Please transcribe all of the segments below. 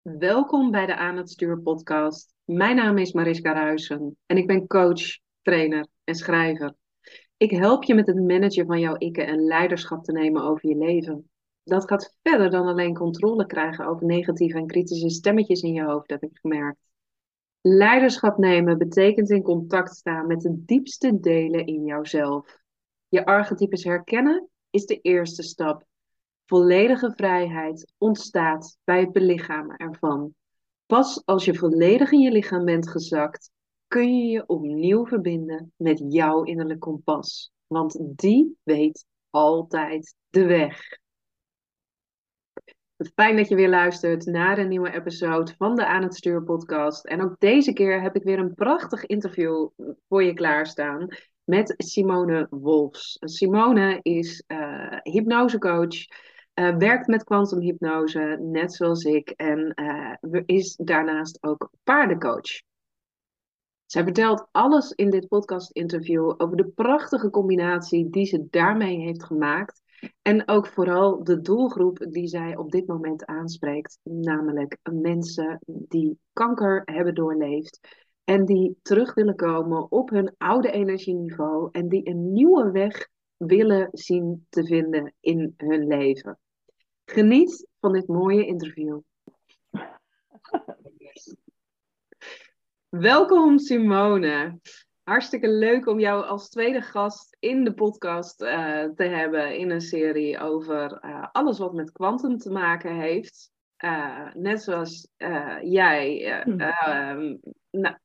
Welkom bij de Aan het Stuur podcast. Mijn naam is Mariska Ruijsen en ik ben coach, trainer en schrijver. Ik help je met het managen van jouw ikken en leiderschap te nemen over je leven. Dat gaat verder dan alleen controle krijgen over negatieve en kritische stemmetjes in je hoofd, heb ik gemerkt. Leiderschap nemen betekent in contact staan met de diepste delen in jouzelf. Je archetypes herkennen is de eerste stap. Volledige vrijheid ontstaat bij het belichamen ervan. Pas als je volledig in je lichaam bent gezakt, kun je je opnieuw verbinden met jouw innerlijk kompas. Want die weet altijd de weg. Fijn dat je weer luistert naar een nieuwe episode van de Aan het Stuur podcast. En ook deze keer heb ik weer een prachtig interview voor je klaarstaan met Simone Wolfs. Simone is hypnosecoach, werkt met kwantumhypnose, net zoals ik, en is daarnaast ook paardencoach. Zij vertelt alles in dit podcast-interview over de prachtige combinatie die ze daarmee heeft gemaakt. En ook vooral de doelgroep die zij op dit moment aanspreekt. Namelijk mensen die kanker hebben doorleefd. En die terug willen komen op hun oude energieniveau. En die een nieuwe weg willen zien te vinden in hun leven. Geniet van dit mooie interview. Welkom Simone. Hartstikke leuk om jou als tweede gast in de podcast te hebben in een serie over alles wat met kwantum te maken heeft. Net zoals jij. Nou,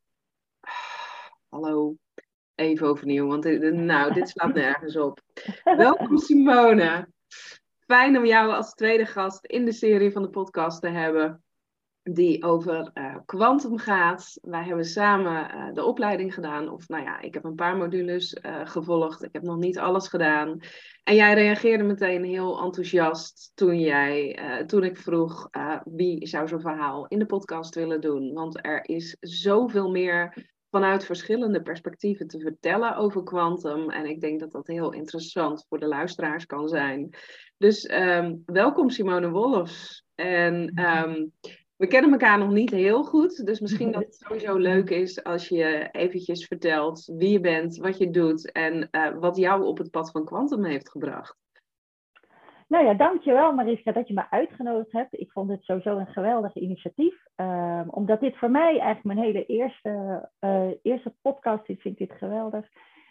hallo, even overnieuw, want dit slaat nergens op. Welkom Simone. Fijn om jou als tweede gast in de serie van de podcast te hebben die over kwantum gaat. Wij hebben samen de opleiding gedaan. Of nou ja, ik heb een paar modules gevolgd. Ik heb nog niet alles gedaan. En jij reageerde meteen heel enthousiast toen ik vroeg wie zou zo'n verhaal in de podcast willen doen. Want er is zoveel meer vanuit verschillende perspectieven te vertellen over kwantum. En ik denk dat dat heel interessant voor de luisteraars kan zijn. Dus welkom Simone Wolfs. En we kennen elkaar nog niet heel goed, dus misschien dat het sowieso leuk is als je eventjes vertelt wie je bent, wat je doet en wat jou op het pad van kwantum heeft gebracht. Nou ja, dankjewel Mariska dat je me uitgenodigd hebt. Ik vond het sowieso een geweldig initiatief. Omdat dit voor mij eigenlijk mijn hele eerste podcast is, vind ik dit geweldig.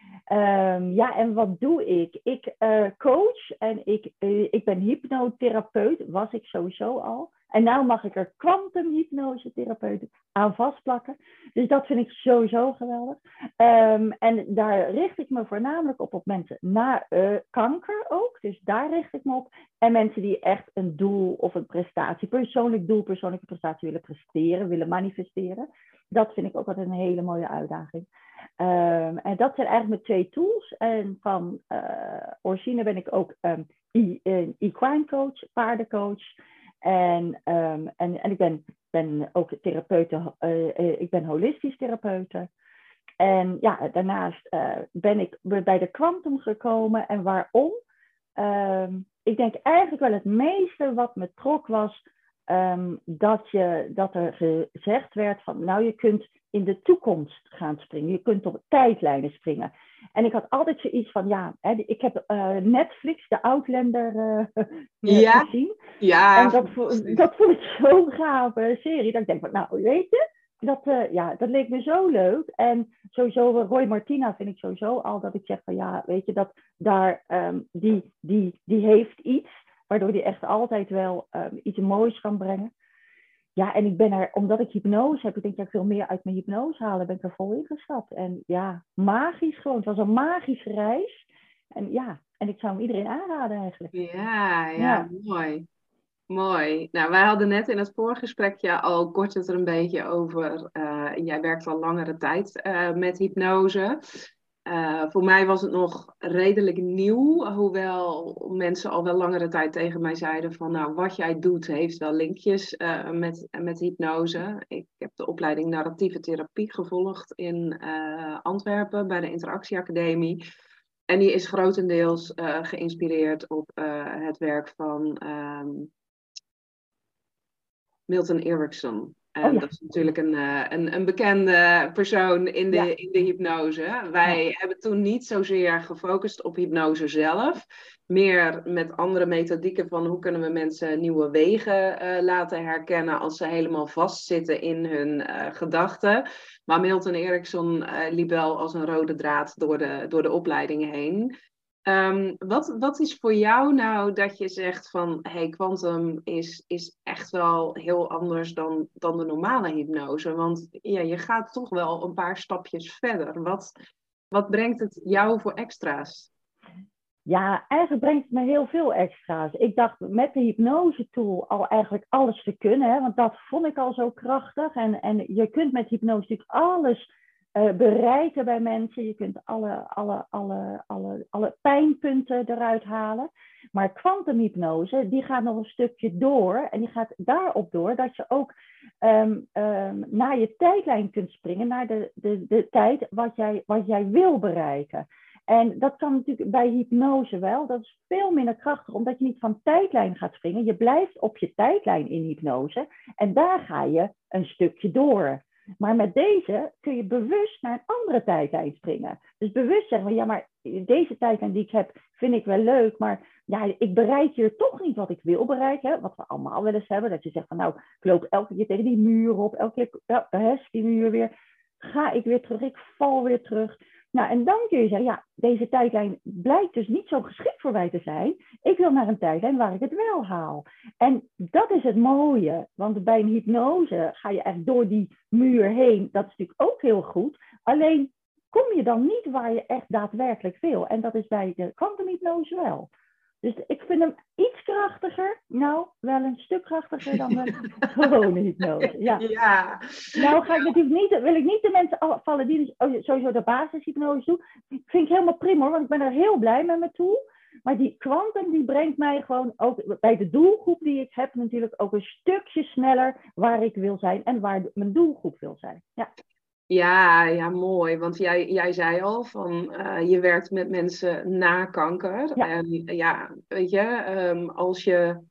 Ja, en wat doe ik? Ik coach en ik ben hypnotherapeut, was ik sowieso al. En nu mag ik er kwantumhypnosetherapeut aan vastplakken. Dus dat vind ik sowieso geweldig. En daar richt ik me voornamelijk op mensen na kanker ook. Dus daar richt ik me op. En mensen die echt een doel of een prestatie, persoonlijk doel, persoonlijke prestatie willen presteren, willen manifesteren. Dat vind ik ook altijd een hele mooie uitdaging. En dat zijn eigenlijk mijn twee tools. En van origine ben ik ook equine coach, paardencoach. En ik ben ook therapeute, ik ben holistisch therapeute. En ja, daarnaast ben ik bij de kwantum gekomen. En waarom? Ik denk eigenlijk wel het meeste wat me trok was dat er gezegd werd van, nou, je kunt in de toekomst gaan springen. Je kunt op tijdlijnen springen. En ik had altijd zoiets van, ja, ik heb Netflix, de Outlander, gezien. Ja, En dat vond ik zo'n gave serie. Dat ik denk van, nou, weet je, dat leek me zo leuk. En sowieso, Roy Martina vind ik sowieso al dat ik zeg van, ja, weet je, dat daar, die heeft iets, waardoor die echt altijd wel iets moois kan brengen. Ja, en ik ben er, omdat ik hypnose heb, ik denk, ja, ik wil meer uit mijn hypnose halen, ben ik er vol in gestapt. En ja, magisch gewoon. Het was een magische reis. En ja, en ik zou hem iedereen aanraden eigenlijk. Ja, mooi. Mooi. Nou, wij hadden net in het voorgesprekje al kort het er een beetje over. Jij werkt al langere tijd met hypnose. Voor mij was het nog redelijk nieuw, hoewel mensen al wel langere tijd tegen mij zeiden van, nou, wat jij doet heeft wel linkjes met hypnose. Ik heb de opleiding narratieve therapie gevolgd in Antwerpen bij de Interactie Academie. En die is grotendeels geïnspireerd op het werk van Milton Erickson. Oh ja. Dat is natuurlijk een bekende persoon in de hypnose. Wij hebben toen niet zozeer gefocust op hypnose zelf. Meer met andere methodieken van hoe kunnen we mensen nieuwe wegen laten herkennen als ze helemaal vastzitten in hun gedachten. Maar Milton Erickson liep wel als een rode draad door de opleidingen heen. Wat is voor jou nou dat je zegt van, hey, quantum is echt wel heel anders dan de normale hypnose? Want ja, je gaat toch wel een paar stapjes verder. Wat brengt het jou voor extra's? Ja, eigenlijk brengt het me heel veel extra's. Ik dacht met de hypnose tool al eigenlijk alles te kunnen, hè, want dat vond ik al zo krachtig. En je kunt met hypnose natuurlijk alles bereiken bij mensen. Je kunt alle pijnpunten eruit halen. Maar kwantumhypnose, die gaat nog een stukje door. En die gaat daarop door dat je ook naar je tijdlijn kunt springen. Naar de tijd wat jij wil bereiken. En dat kan natuurlijk bij hypnose wel. Dat is veel minder krachtig, omdat je niet van tijdlijn gaat springen. Je blijft op je tijdlijn in hypnose. En daar ga je een stukje door. Maar met deze kun je bewust naar een andere tijdlijn springen. Dus bewust zeggen van, ja, maar deze tijdlijn die ik heb, vind ik wel leuk. Maar ja, ik bereik hier toch niet wat ik wil bereiken. Hè? Wat we allemaal wel eens hebben. Dat je zegt van, nou, ik loop elke keer tegen die muur op. Elke keer die muur weer. Ga ik weer terug, ik val weer terug. Nou, en dan kun je zeggen, ja, deze tijdlijn blijkt dus niet zo geschikt voor mij te zijn. Ik wil naar een tijdlijn waar ik het wel haal. En dat is het mooie, want bij een hypnose ga je echt door die muur heen. Dat is natuurlijk ook heel goed. Alleen kom je dan niet waar je echt daadwerkelijk wil. En dat is bij de kwantumhypnose wel. Dus ik vind hem iets krachtiger. Nou, wel een stuk krachtiger dan de gewone hypnose. Ja. Nou wil ik niet de mensen afvallen die dus sowieso de basishypnose doen. Vind ik helemaal prima hoor, want ik ben er heel blij met mijn tool. Maar die kwantum die brengt mij gewoon ook bij de doelgroep die ik heb natuurlijk ook een stukje sneller waar ik wil zijn en waar mijn doelgroep wil zijn. Ja. Ja, mooi. Want jij zei al van je werkt met mensen na kanker. Ja. En ja, weet je, als je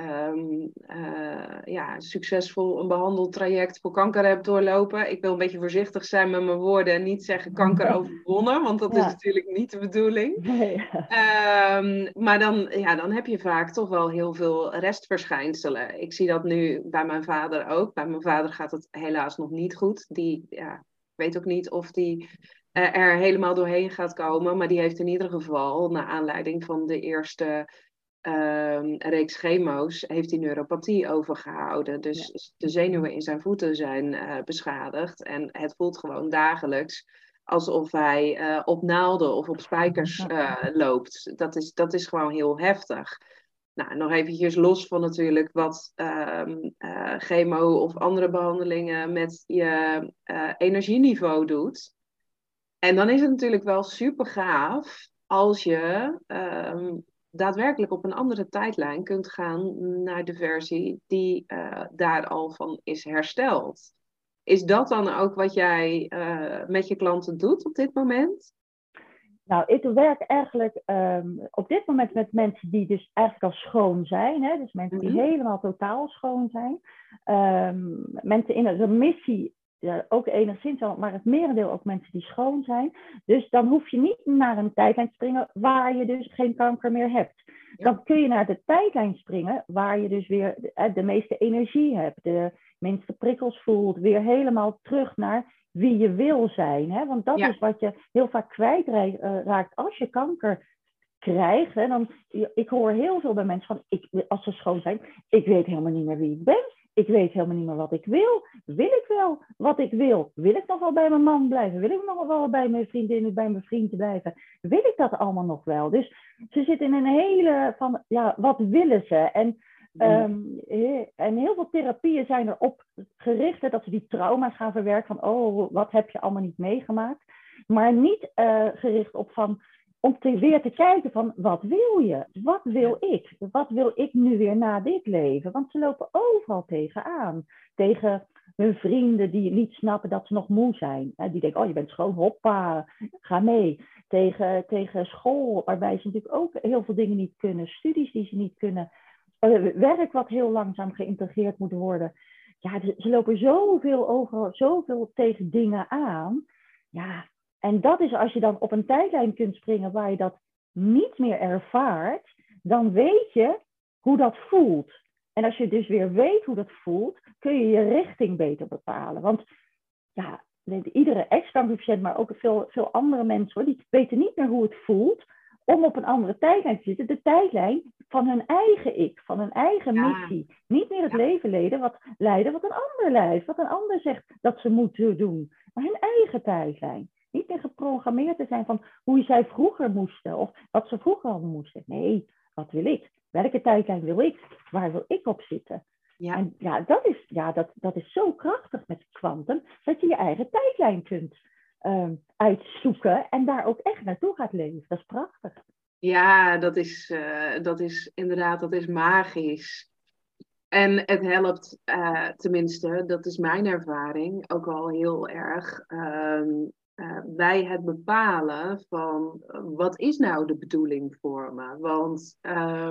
succesvol een behandeltraject voor kanker hebt doorlopen. Ik wil een beetje voorzichtig zijn met mijn woorden en niet zeggen kanker overwonnen, want dat is natuurlijk niet de bedoeling. Nee. Maar dan heb je vaak toch wel heel veel restverschijnselen. Ik zie dat nu bij mijn vader ook. Bij mijn vader gaat het helaas nog niet goed. Ik weet ook niet of die er helemaal doorheen gaat komen. Maar die heeft in ieder geval, naar aanleiding van de eerste reeks chemo's, heeft hij neuropathie overgehouden. Dus de zenuwen in zijn voeten zijn beschadigd. En het voelt gewoon dagelijks alsof hij op naalden of op spijkers loopt. Dat is gewoon heel heftig. Nou, nog eventjes los van natuurlijk wat chemo of andere behandelingen met je energieniveau doet. En dan is het natuurlijk wel super gaaf als je daadwerkelijk op een andere tijdlijn kunt gaan naar de versie die daar al van is hersteld. Is dat dan ook wat jij met je klanten doet op dit moment? Nou, ik werk eigenlijk op dit moment met mensen die dus eigenlijk al schoon zijn. Hè? Dus mensen die helemaal totaal schoon zijn. Mensen in een remissie, ook enigszins, maar het merendeel ook mensen die schoon zijn. Dus dan hoef je niet naar een tijdlijn te springen waar je dus geen kanker meer hebt. Dan kun je naar de tijdlijn springen waar je dus weer de meeste energie hebt. De minste prikkels voelt. Weer helemaal terug naar wie je wil zijn. Hè? Want dat is wat je heel vaak kwijtraakt als je kanker krijgt. Hè? Ik hoor heel veel bij mensen van, als ze schoon zijn, ik weet helemaal niet meer wie ik ben. Ik weet helemaal niet meer wat ik wil. Wil ik wel wat ik wil? Wil ik nog wel bij mijn man blijven? Wil ik nog wel bij mijn vriendin, bij mijn vriend blijven? Wil ik dat allemaal nog wel? Dus ze zitten in een hele van, ja, wat willen ze? En heel veel therapieën zijn erop gericht dat ze die trauma's gaan verwerken van, oh, wat heb je allemaal niet meegemaakt? Maar niet gericht op om weer te kijken van, wat wil je? Wat wil ik? Wat wil ik nu weer na dit leven? Want ze lopen overal tegenaan. Tegen hun vrienden die niet snappen dat ze nog moe zijn. Die denken, oh, je bent schoon, hoppa, ga mee. Tegen school, waarbij ze natuurlijk ook heel veel dingen niet kunnen. Studies die ze niet kunnen. Werk wat heel langzaam geïntegreerd moet worden. ja, ze lopen zoveel overal, zoveel tegen dingen aan. Ja, en dat is als je dan op een tijdlijn kunt springen waar je dat niet meer ervaart, dan weet je hoe dat voelt. En als je dus weer weet hoe dat voelt, kun je je richting beter bepalen. Want ja, iedere ex-kankerpatiënt, maar ook veel andere mensen, hoor, die weten niet meer hoe het voelt om op een andere tijdlijn te zitten. De tijdlijn van hun eigen ik, van hun eigen missie. Niet meer het leven leiden wat een ander leidt, wat een ander zegt dat ze moeten doen. Maar hun eigen tijdlijn. Niet meer geprogrammeerd te zijn van hoe zij vroeger moesten of wat ze vroeger hadden moesten. Nee, wat wil ik? Welke tijdlijn wil ik? Waar wil ik op zitten? Ja. En dat is zo krachtig met Quantum, dat je je eigen tijdlijn kunt uitzoeken en daar ook echt naartoe gaat leven. Dat is prachtig. Ja, dat is inderdaad, dat is magisch. En het helpt, tenminste, dat is mijn ervaring, ook al heel erg bij het bepalen van wat is nou de bedoeling voor me? Want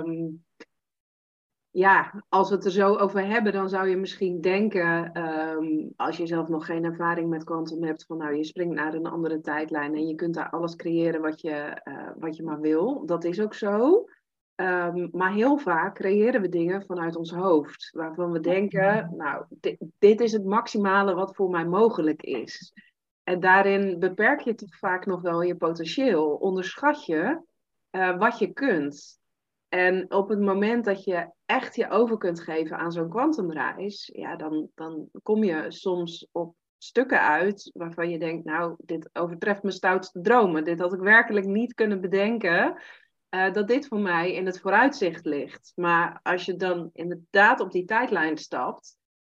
ja, als we het er zo over hebben, dan zou je misschien denken, als je zelf nog geen ervaring met quantum hebt, van nou, je springt naar een andere tijdlijn en je kunt daar alles creëren wat je maar wil. Dat is ook zo. Maar heel vaak creëren we dingen vanuit ons hoofd, waarvan we denken, nou, dit is het maximale wat voor mij mogelijk is. En daarin beperk je toch vaak nog wel je potentieel. Onderschat je wat je kunt. En op het moment dat je echt je over kunt geven aan zo'n kwantumreis, ja, dan kom je soms op stukken uit waarvan je denkt, nou, dit overtreft mijn stoutste dromen. Dit had ik werkelijk niet kunnen bedenken, dat dit voor mij in het vooruitzicht ligt. Maar als je dan inderdaad op die tijdlijn stapt,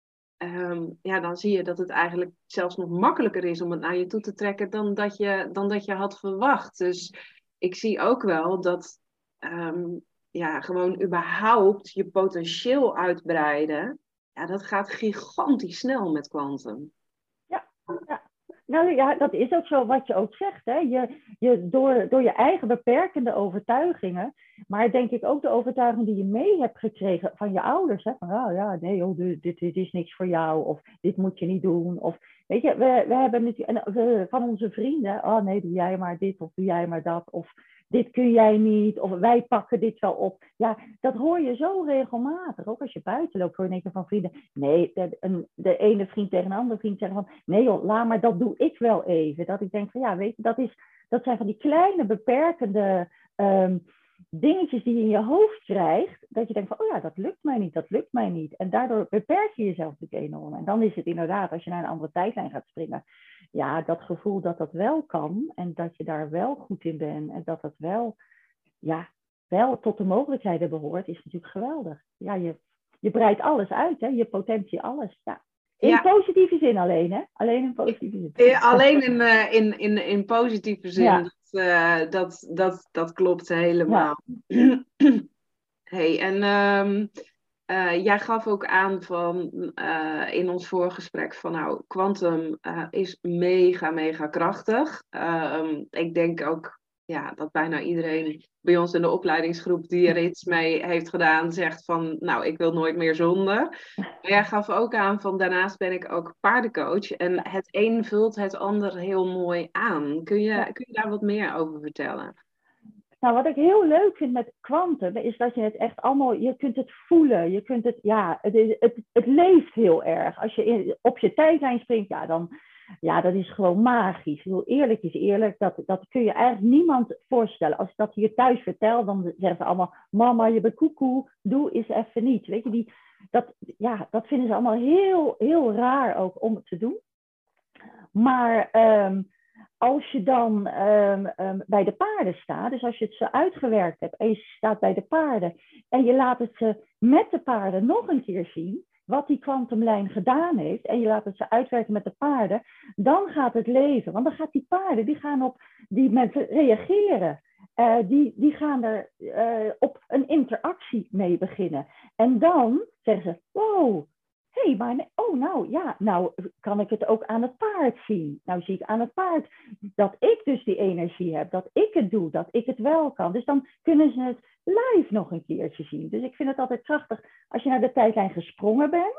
ja, dan zie je dat het eigenlijk zelfs nog makkelijker is om het naar je toe te trekken dan dat je had verwacht. Dus ik zie ook wel dat ja, gewoon überhaupt je potentieel uitbreiden, ja, dat gaat gigantisch snel met quantum. Ja. Nou ja, dat is ook zo wat je ook zegt. Hè? Door je eigen beperkende overtuigingen, maar denk ik ook de overtuiging die je mee hebt gekregen van je ouders. Hè? Van, oh ja, nee joh, dit is niks voor jou, of dit moet je niet doen. Of, weet je, we hebben natuurlijk van onze vrienden, oh nee, doe jij maar dit, of doe jij maar dat, of dit kun jij niet, of wij pakken dit wel op. Ja, dat hoor je zo regelmatig. Ook als je buiten loopt, hoor je een van vrienden. Nee, de ene vriend tegen een andere vriend zeggen van, nee joh, laat maar, dat doe ik wel even. Dat ik denk van, ja, weet je, dat zijn van die kleine beperkende dingetjes die je in je hoofd krijgt. Dat je denkt van, oh ja, dat lukt mij niet. En daardoor beperk je jezelf natuurlijk enorm. En dan is het inderdaad, als je naar een andere tijdlijn gaat springen, ja, dat gevoel dat dat wel kan en dat je daar wel goed in bent en dat het wel tot de mogelijkheden behoort, is natuurlijk geweldig. Ja, je breidt alles uit, hè? Je potentie, alles. Ja. In positieve zin alleen, hè? Alleen in positieve zin. Alleen in positieve zin, ja. Dat klopt helemaal. Ja. Hey, en jij gaf ook aan van in ons voorgesprek van nou, quantum is mega, mega krachtig. Ik denk ook dat bijna iedereen bij ons in de opleidingsgroep die er iets mee heeft gedaan, zegt van nou, ik wil nooit meer zonder. Maar jij gaf ook aan van daarnaast ben ik ook paardencoach en het een vult het ander heel mooi aan. Kun je daar wat meer over vertellen? Nou, wat ik heel leuk vind met quantum, is dat je het echt allemaal, je kunt het voelen, je kunt het, het leeft heel erg. Als je op je tijdlijn springt, dat is gewoon magisch. Ik bedoel, eerlijk is eerlijk, dat kun je eigenlijk niemand voorstellen. Als ik dat hier thuis vertel, dan zeggen ze allemaal, mama, je bent koekoe, doe eens even niet. Weet je, dat vinden ze allemaal heel, heel raar ook om het te doen. Maar als je dan bij de paarden staat, dus als je het ze uitgewerkt hebt en je staat bij de paarden en je laat het ze met de paarden nog een keer zien, wat die kwantumlijn gedaan heeft, en je laat het ze uitwerken met de paarden, dan gaat het leven. Want dan gaat die paarden, die gaan op die mensen reageren. Die gaan er op een interactie mee beginnen. En dan zeggen ze, wow, maar nou kan ik het ook aan het paard zien. Nou zie ik aan het paard dat ik dus die energie heb, dat ik het doe, dat ik het wel kan. Dus dan kunnen ze het live nog een keertje zien. Dus ik vind het altijd krachtig als je naar de tijdlijn gesprongen bent,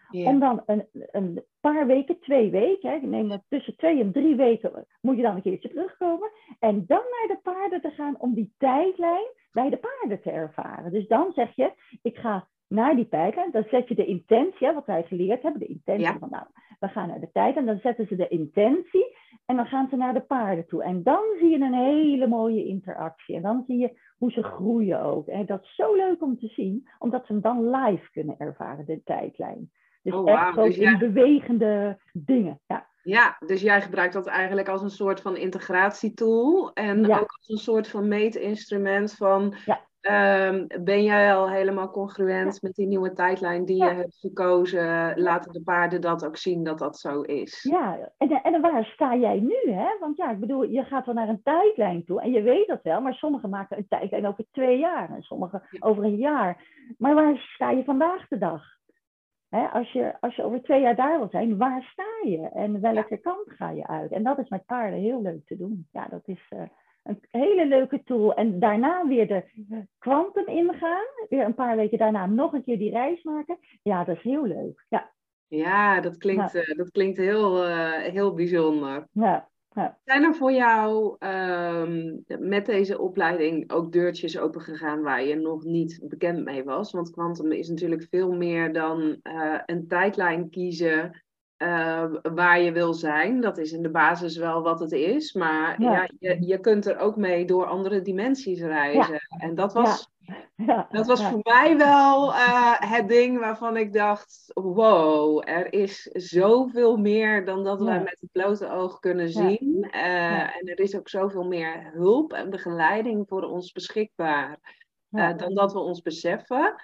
Om dan een paar weken, 2 weken, hè, ik neem dat tussen 2 en 3 weken, moet je dan een keertje terugkomen. En dan naar de paarden te gaan om die tijdlijn bij de paarden te ervaren. Dus dan zeg je, ik ga naar die tijdlijn. Dan zet je de intentie, wat wij geleerd hebben, de intentie van, nou, we gaan naar de tijdlijn. Dan zetten ze de intentie en dan gaan ze naar de paarden toe. En dan zie je een hele mooie interactie. En dan zie je hoe ze groeien ook. En dat is zo leuk om te zien, omdat ze hem dan live kunnen ervaren, de tijdlijn. Dus echt gewoon dus in bewegende dingen. Ja, dus jij gebruikt dat eigenlijk als een soort van integratietool. En ook als een soort van meetinstrument van... ben jij al helemaal congruent met die nieuwe tijdlijn die je hebt gekozen? Laten de paarden dat ook zien dat dat zo is. Ja, en waar sta jij nu? Hè? Want ja, ik bedoel, je gaat wel naar een tijdlijn toe en je weet dat wel. Maar sommigen maken een tijdlijn over 2 jaar en sommigen over 1 jaar. Maar waar sta je vandaag de dag? Hè, als je over 2 jaar daar wil zijn, waar sta je? En welke kant ga je uit? En dat is met paarden heel leuk te doen. Ja, dat is een hele leuke tool. En daarna weer de kwantum ingaan. Weer een paar weken daarna nog een keer die reis maken. Ja, dat is heel leuk. Ja, dat klinkt heel bijzonder. Ja. Zijn er voor jou met deze opleiding ook deurtjes opengegaan waar je nog niet bekend mee was? Want Quantum is natuurlijk veel meer dan een tijdlijn kiezen waar je wil zijn. Dat is in de basis wel wat het is. Maar je kunt er ook mee door andere dimensies reizen. Ja. En dat was voor mij wel het ding waarvan ik dacht... Wow, er is zoveel meer dan dat wij met het blote oog kunnen zien. En er is ook zoveel meer hulp en begeleiding voor ons beschikbaar. Dan dat we ons beseffen.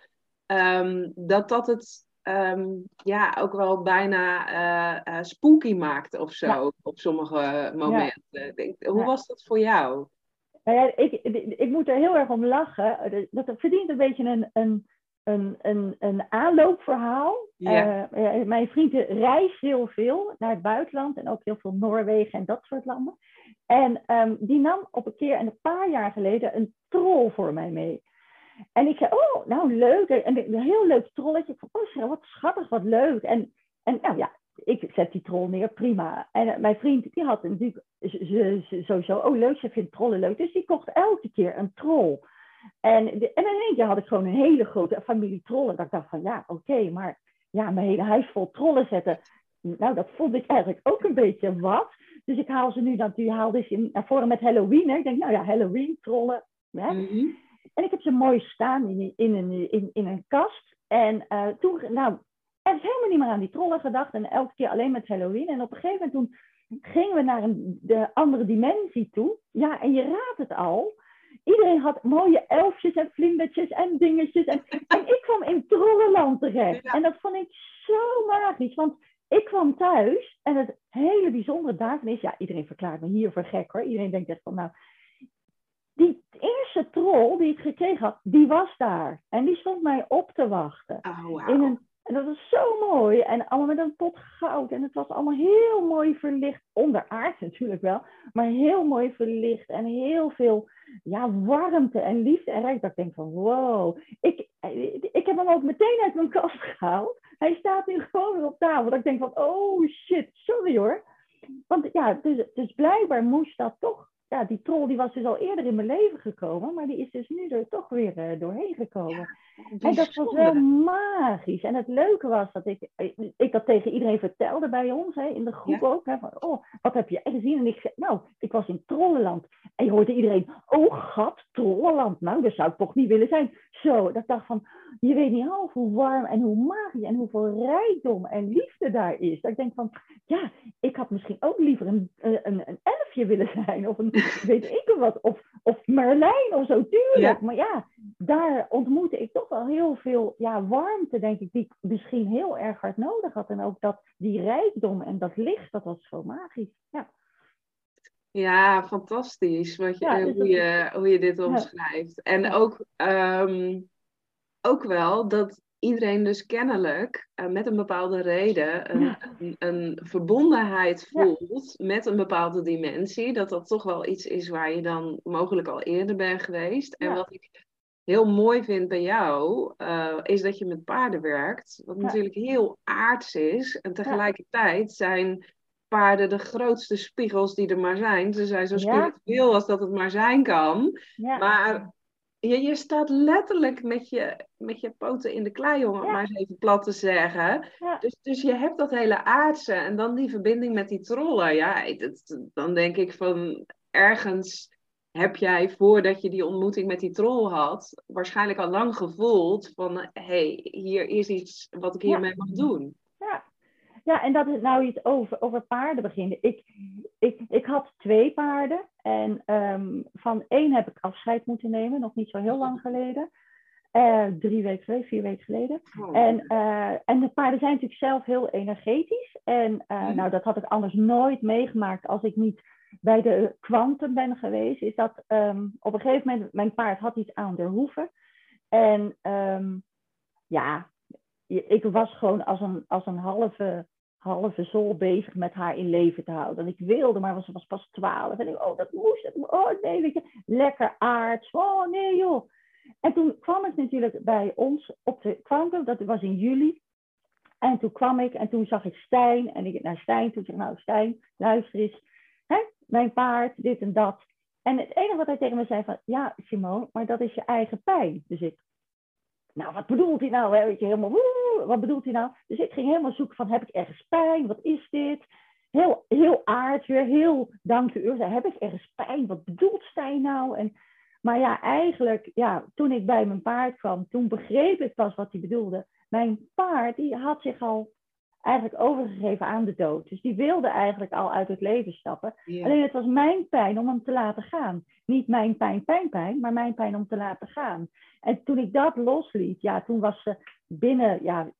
Dat het... ook wel bijna spooky maakt of zo op sommige momenten. Hoe was dat voor jou? Nou ja, ik moet er heel erg om lachen. Dat verdient een beetje een aanloopverhaal. Ja. Mijn vriend reist heel veel naar het buitenland en ook heel veel Noorwegen en dat soort landen. En die nam op een keer, een paar jaar geleden, een troll voor mij mee. En ik zei, oh, nou leuk. En een heel leuk trolletje. Ik vond, oh, wat schattig, wat leuk. En nou ja, ik zet die troll neer, prima. En mijn vriend, die had natuurlijk sowieso, oh leuk, ze vindt trollen leuk. Dus die kocht elke keer een troll. En in één keer had ik gewoon een hele grote familie trollen. Dat ik dacht van, ja, oké, maar ja, mijn hele huis vol trollen zetten. Nou, dat vond ik eigenlijk ook een beetje wat. Dus ik haal ze nu haalde ze naar voren met Halloween. Hè. Ik denk, nou ja, Halloween, trollen. Hè. Mm-hmm. En ik heb ze mooi staan in een kast. En toen, nou, er is helemaal niet meer aan die trollen gedacht. En elke keer alleen met Halloween. En op een gegeven moment toen gingen we naar de andere dimensie toe. Ja, en je raadt het al. Iedereen had mooie elfjes en vlindertjes en dingetjes. En ik kwam in Trollenland terecht. Ja. En dat vond ik zo magisch. Want ik kwam thuis. En het hele bijzondere daarvan is... Ja, iedereen verklaart me hier voor gek hoor. Iedereen denkt echt van nou... Die eerste troll die ik gekregen had, die was daar. En die stond mij op te wachten. Oh, wow. En dat was zo mooi. En allemaal met een pot goud. En het was allemaal heel mooi verlicht. Onderaard natuurlijk wel. Maar heel mooi verlicht. En heel veel warmte en liefde. En dat ik denk van wow. Ik heb hem ook meteen uit mijn kast gehaald. Hij staat nu gewoon weer op tafel. Dat ik denk van oh shit, sorry hoor. Want ja, dus blijkbaar moest dat toch. Ja, die troll die was dus al eerder in mijn leven gekomen, maar die is dus nu er toch weer doorheen gekomen. Ja, en dat was wel magisch. En het leuke was dat ik dat tegen iedereen vertelde bij ons, hè, in de groep ook. Hè, van, oh, wat heb je gezien? En ik zei, nou, ik was in Trollenland. En je hoorde iedereen, oh gat, Trollenland. Nou, daar zou ik toch niet willen zijn. Zo, dat ik dacht van, je weet niet half hoe warm en hoe magisch en hoeveel rijkdom en liefde daar is. Dat ik denk van, ja, ik had misschien ook liever een elfje willen zijn. Of een, weet ik wat. Of Merlijn of zo, tuurlijk. Ja. Maar ja, daar ontmoette ik toch wel heel veel warmte, denk ik, die ik misschien heel erg hard nodig had. En ook die rijkdom en dat licht, dat was zo magisch. Ja. Ja, fantastisch hoe je dit omschrijft. En ook wel dat iedereen dus kennelijk met een bepaalde reden een verbondenheid voelt met een bepaalde dimensie. Dat toch wel iets is waar je dan mogelijk al eerder bent geweest. En wat ik heel mooi vind bij jou, is dat je met paarden werkt. Wat Ja, natuurlijk heel aards is. En ja, tegelijkertijd zijn paarden de grootste spiegels die er maar zijn. Ze zijn zo ja, spiritueel als dat het maar zijn kan. ja, Maar je staat letterlijk met je poten in de klei, om het ja, maar eens even plat te zeggen. ja. Dus je hebt dat hele aardse en dan die verbinding met die trollen. Ja, dan denk ik van ergens heb jij voordat je die ontmoeting met die troll had, waarschijnlijk al lang gevoeld van hey, hier is iets wat ik Ja, hiermee mag doen. ja. Ja, en dat is nou iets over paarden beginnen. Ik had 2 paarden en van 1 heb ik afscheid moeten nemen, nog niet zo heel lang geleden. 3 weken geleden, 4 weken geleden. Oh. En de paarden zijn natuurlijk zelf heel energetisch. En nou, dat had ik anders nooit meegemaakt als ik niet bij de kwantum ben geweest. Is dat op een gegeven moment, mijn paard had iets aan de hoeven. En ja, ik was gewoon als een halve zol bezig met haar in leven te houden. En ik wilde, maar ze was pas 12. En ik, oh, dat moest. Oh, nee, weet je. Lekker aards. Oh, nee, joh. En toen kwam ik natuurlijk bij ons op de kwantum. Dat was in juli. En toen kwam ik en toen zag ik Stijn. En ik naar Stijn toe. Zeg, nou, Stijn, luister eens. Hè? Mijn paard, dit en dat. En het enige wat hij tegen me zei van... Ja, Simone, maar dat is je eigen pijn. Dus ik... Nou, wat bedoelt hij nou? Weet je, helemaal, wat bedoelt hij nou? Dus ik ging helemaal zoeken van, heb ik ergens pijn? Wat is dit? Heel aardig weer, heel dankbaar. Heb ik ergens pijn? Wat bedoelt Stijn nou? Maar ja, eigenlijk, ja, toen ik bij mijn paard kwam, toen begreep ik pas wat hij bedoelde. Mijn paard, die had zich al eigenlijk overgegeven aan de dood. Dus die wilde eigenlijk al uit het leven stappen. Ja. Alleen het was mijn pijn om hem te laten gaan. Niet mijn pijn, maar mijn pijn om te laten gaan. En toen ik dat losliet, ja, toen was ze binnen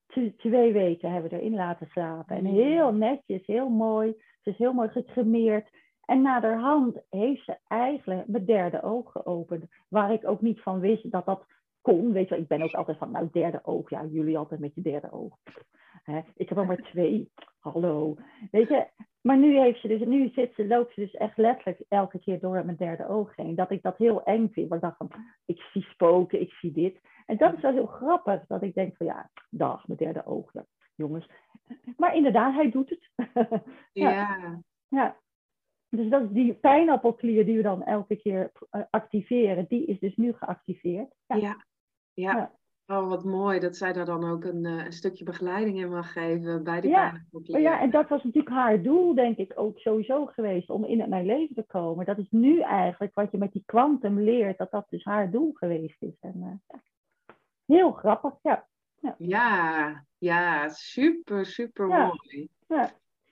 2 weken hebben we erin laten slapen. En heel netjes, heel mooi. Ze is heel mooi gecremeerd. En naderhand heeft ze eigenlijk mijn derde oog geopend. Waar ik ook niet van wist dat dat kon. Weet je wel, ik ben ook altijd van, nou, derde oog. Ja, jullie altijd met je derde oog. Ik heb er maar 2. Hallo. Weet je, maar nu loopt ze dus echt letterlijk elke keer door mijn derde oog heen. Dat ik dat heel eng vind. Want ik dacht van, ik zie spoken, ik zie dit. En dat is wel heel grappig. Dat ik denk van, ja, dag, mijn derde oog. Ja, jongens. Maar inderdaad, hij doet het. Ja. Ja. Dus dat is die pijnappelklier die we dan elke keer activeren. Die is dus nu geactiveerd. Ja. Oh, wat mooi dat zij daar dan ook een stukje begeleiding in mag geven bij die Ja, pijnappelklier. en dat was natuurlijk haar doel, denk ik, ook sowieso geweest om in mijn leven te komen. Dat is nu eigenlijk wat je met die kwantum leert, dat dus haar doel geweest is. En, heel grappig, ja. Ja, super, super mooi. Ja.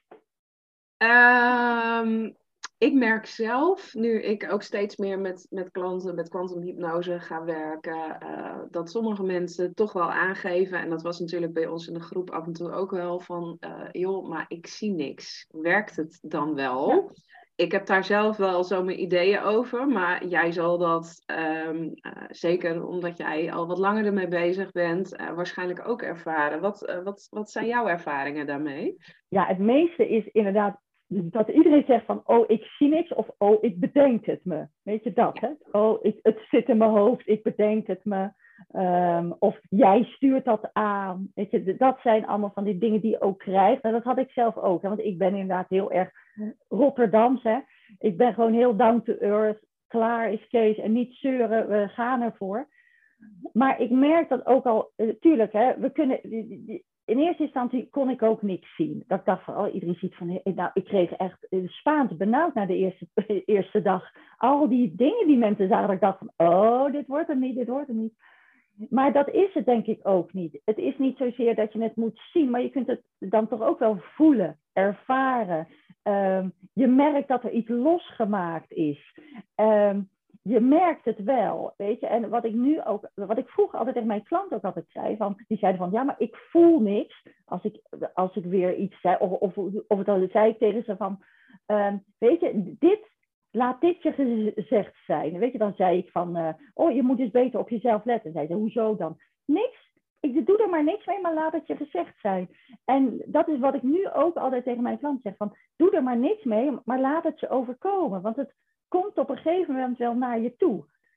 Ik merk zelf, nu ik ook steeds meer met klanten met kwantumhypnose ga werken, dat sommige mensen toch wel aangeven, en dat was natuurlijk bij ons in de groep af en toe ook wel, van joh, maar ik zie niks. Werkt het dan wel? Ja. Ik heb daar zelf wel zo mijn ideeën over, maar jij zal dat, zeker omdat jij al wat langer ermee bezig bent, waarschijnlijk ook ervaren. Wat zijn jouw ervaringen daarmee? Ja, het meeste is inderdaad dat iedereen zegt van, oh, ik zie niks, of oh, ik bedenk het me. Weet je dat, hè? Oh, het zit in mijn hoofd, ik bedenk het me. Of jij stuurt dat aan. Weet je, dat zijn allemaal van die dingen die je ook krijgt. En dat had ik zelf ook, hè? Want ik ben inderdaad heel erg Rotterdams, hè? Ik ben gewoon heel down to earth. Klaar is Kees en niet zeuren, we gaan ervoor. Maar ik merk dat ook al, tuurlijk, hè, we kunnen, in eerste instantie kon ik ook niks zien. Dat ik dacht van, oh, iedereen ziet van, nou, ik kreeg echt Spaans benauwd na de eerste dag. Al die dingen die mensen zagen, dat ik dacht van, oh, dit wordt hem niet. Maar dat is het denk ik ook niet. Het is niet zozeer dat je het moet zien, maar je kunt het dan toch ook wel voelen, ervaren. Je merkt dat er iets losgemaakt is. Je merkt het wel, weet je. En wat ik vroeger altijd tegen mijn klant ook altijd zei, die zeiden van, ja, maar ik voel niks als ik weer iets zei. Of dan zei ik tegen ze van, weet je, laat dit je gezegd zijn. Weet je, dan zei ik van, oh, je moet dus beter op jezelf letten. Zei ze, hoezo dan? Niks. Ik doe er maar niks mee, maar laat het je gezegd zijn. En dat is wat ik nu ook altijd tegen mijn klant zeg, van, doe er maar niks mee, maar laat het je overkomen. Want het komt op een gegeven moment wel naar je toe.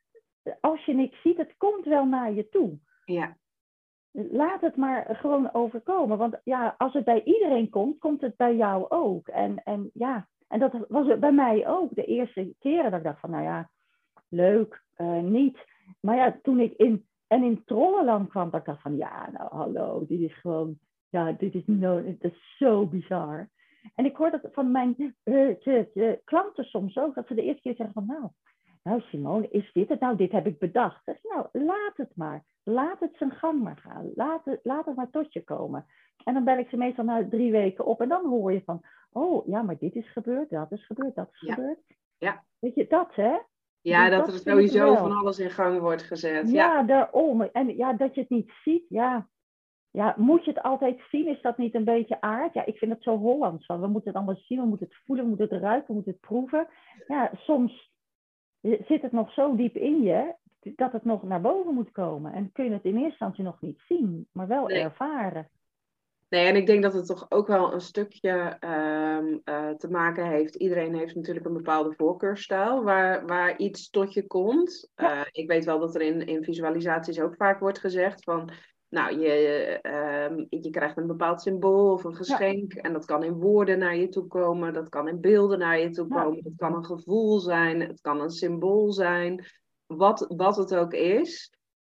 als je niks ziet, het komt wel naar je toe. Ja. Laat het maar gewoon overkomen. Want ja, als het bij iedereen komt, komt het bij jou ook. En dat was het bij mij ook. De eerste keren dat ik dacht van, nou ja, leuk, niet. Maar ja, toen ik in Trollenland kwam, dat ik dacht van, ja, nou hallo, dit is gewoon, ja, dit is zo bizar. En ik hoor dat van mijn klanten soms ook, dat ze de eerste keer zeggen van, nou Simone, is dit het? Nou, dit heb ik bedacht. Zeg, nou, laat het maar. Laat het zijn gang maar gaan. Laat het maar tot je komen. En dan bel ik ze meestal na 3 weken op. En dan hoor je van, oh ja, maar dit is gebeurd, dat is gebeurd, dat is gebeurd. Ja. Weet je, dat hè? Ja, Dus dat er sowieso van alles in gang wordt gezet. Ja, daarom. En ja, dat je het niet ziet, ja, moet je het altijd zien? Is dat niet een beetje aard? Ja, ik vind het zo Hollands. We moeten het allemaal zien, we moeten het voelen, we moeten het ruiken, we moeten het proeven. Ja, soms zit het nog zo diep in je dat het nog naar boven moet komen. En kun je het in eerste instantie nog niet zien, maar wel ervaren. Nee, en ik denk dat het toch ook wel een stukje te maken heeft. Iedereen heeft natuurlijk een bepaalde voorkeurstijl waar iets tot je komt. Ja. Ik weet wel dat er in visualisaties ook vaak wordt gezegd van, nou, je krijgt een bepaald symbool of een geschenk. En dat kan in woorden naar je toe komen, dat kan in beelden naar je toe komen. Het kan een gevoel zijn, het kan een symbool zijn, wat het ook is.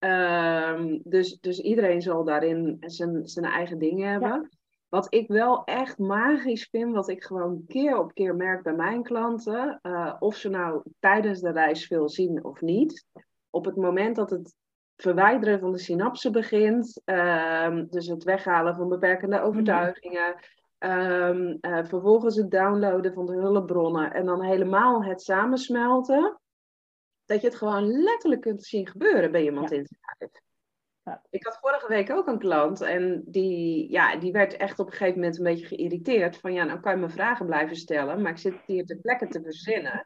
Dus iedereen zal daarin zijn eigen dingen hebben. Ja. Wat ik wel echt magisch vind, wat ik gewoon keer op keer merk bij mijn klanten, of ze nou tijdens de reis veel zien of niet, op het moment dat het verwijderen van de synapsen begint, dus het weghalen van beperkende overtuigingen, vervolgens het downloaden van de hulpbronnen en dan helemaal het samensmelten, dat je het gewoon letterlijk kunt zien gebeuren bij iemand in zijn lijf. Ja. Ik had vorige week ook een klant en die werd echt op een gegeven moment een beetje geïrriteerd. Van ja, nou kan je me vragen blijven stellen, maar ik zit hier ter plekke te verzinnen.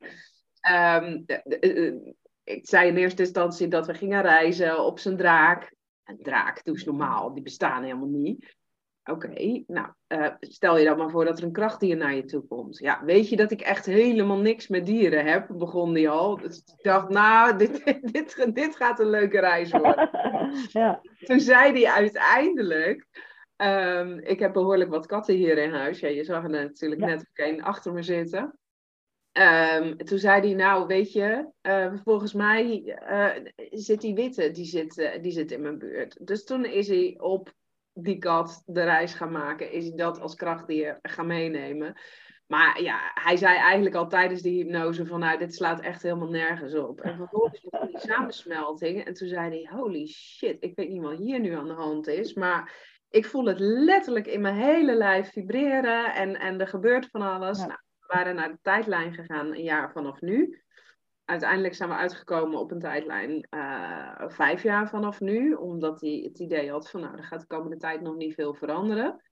Ik zei in eerste instantie dat we gingen reizen op zijn draak. Een draak, doe eens normaal, die bestaan helemaal niet. Oké, nou, stel je dan maar voor dat er een krachtdier naar je toe komt. Ja, weet je dat ik echt helemaal niks met dieren heb, begon die al. Dus ik dacht, nou, dit gaat een leuke reis worden. Ja. Toen zei hij uiteindelijk, ik heb behoorlijk wat katten hier in huis. Ja, je zag er natuurlijk net ook een achter me zitten. Toen zei hij, nou, weet je, volgens mij zit die witte, die zit in mijn buurt. Dus toen is hij op die kat de reis gaan maken, is hij dat als krachtdier gaan meenemen. Maar ja, hij zei eigenlijk al tijdens die hypnose van, nou, dit slaat echt helemaal nergens op. En vervolgens begon die samensmelting en toen zei hij, holy shit, ik weet niet wat hier nu aan de hand is, maar ik voel het letterlijk in mijn hele lijf vibreren en er gebeurt van alles. Ja. Nou, we waren naar de tijdlijn gegaan, een jaar vanaf nu. Uiteindelijk zijn we uitgekomen op een tijdlijn 5 jaar vanaf nu. Omdat hij het idee had van, nou, er gaat de komende tijd nog niet veel veranderen.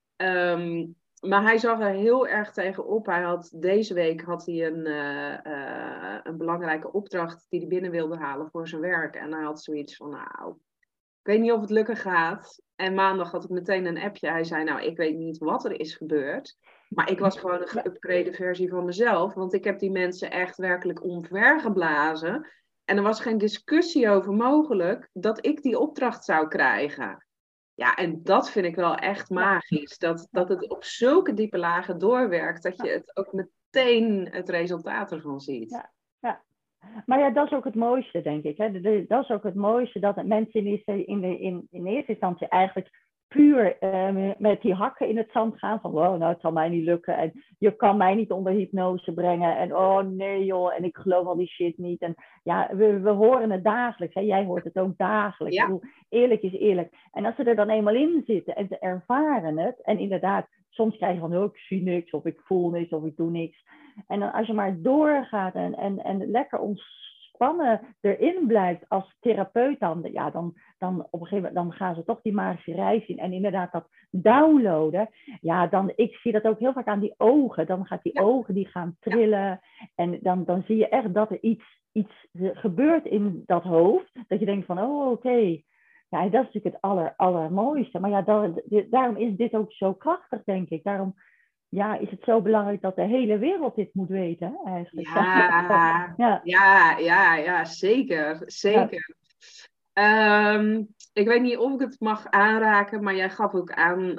Maar hij zag er heel erg tegenop. Deze week had hij een belangrijke opdracht die hij binnen wilde halen voor zijn werk. En hij had zoiets van, nou, ik weet niet of het lukken gaat. En maandag had ik meteen een appje. Hij zei, nou, ik weet niet wat er is gebeurd. Maar ik was gewoon een geüpgrade versie van mezelf. Want ik heb die mensen echt werkelijk omvergeblazen. En er was geen discussie over mogelijk dat ik die opdracht zou krijgen. Ja, en dat vind ik wel echt magisch. Dat het op zulke diepe lagen doorwerkt. Dat je het ook meteen het resultaat ervan ziet. Ja. Maar ja, dat is ook het mooiste, denk ik. Hè? Dat is ook het mooiste, dat mensen in eerste instantie eigenlijk puur met die hakken in het zand gaan. Van, wow, nou, het zal mij niet lukken. En je kan mij niet onder hypnose brengen. En oh nee joh, en ik geloof al die shit niet. En ja, we horen het dagelijks. Hè? Jij hoort het ook dagelijks. Ja. Ik bedoel, eerlijk is eerlijk. En als ze er dan eenmaal in zitten en ze ervaren het. En inderdaad, soms krijg je van, oh, ik zie niks, of ik voel niks, of ik doe niks. En dan als je maar doorgaat en lekker ontspannen erin blijft als therapeut dan op een gegeven moment dan gaan ze toch die magische reis in. En inderdaad dat downloaden, ik zie dat ook heel vaak aan die ogen. Dan gaat die ogen die gaan trillen en dan zie je echt dat er iets gebeurt in dat hoofd. Dat je denkt van, oh oké. Ja, dat is natuurlijk het allermooiste. Maar ja, daarom is dit ook zo krachtig, denk ik. Daarom ja, is het zo belangrijk dat de hele wereld dit moet weten, hè, eigenlijk. Ja, zeker. Ja, Zeker. Ik weet niet of ik het mag aanraken, maar jij gaf ook aan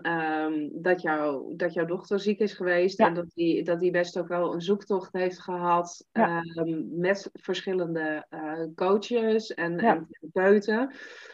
dat jouw dochter ziek is geweest en ja, dat die best ook wel een zoektocht heeft gehad ja, met verschillende coaches ja. en therapeuten.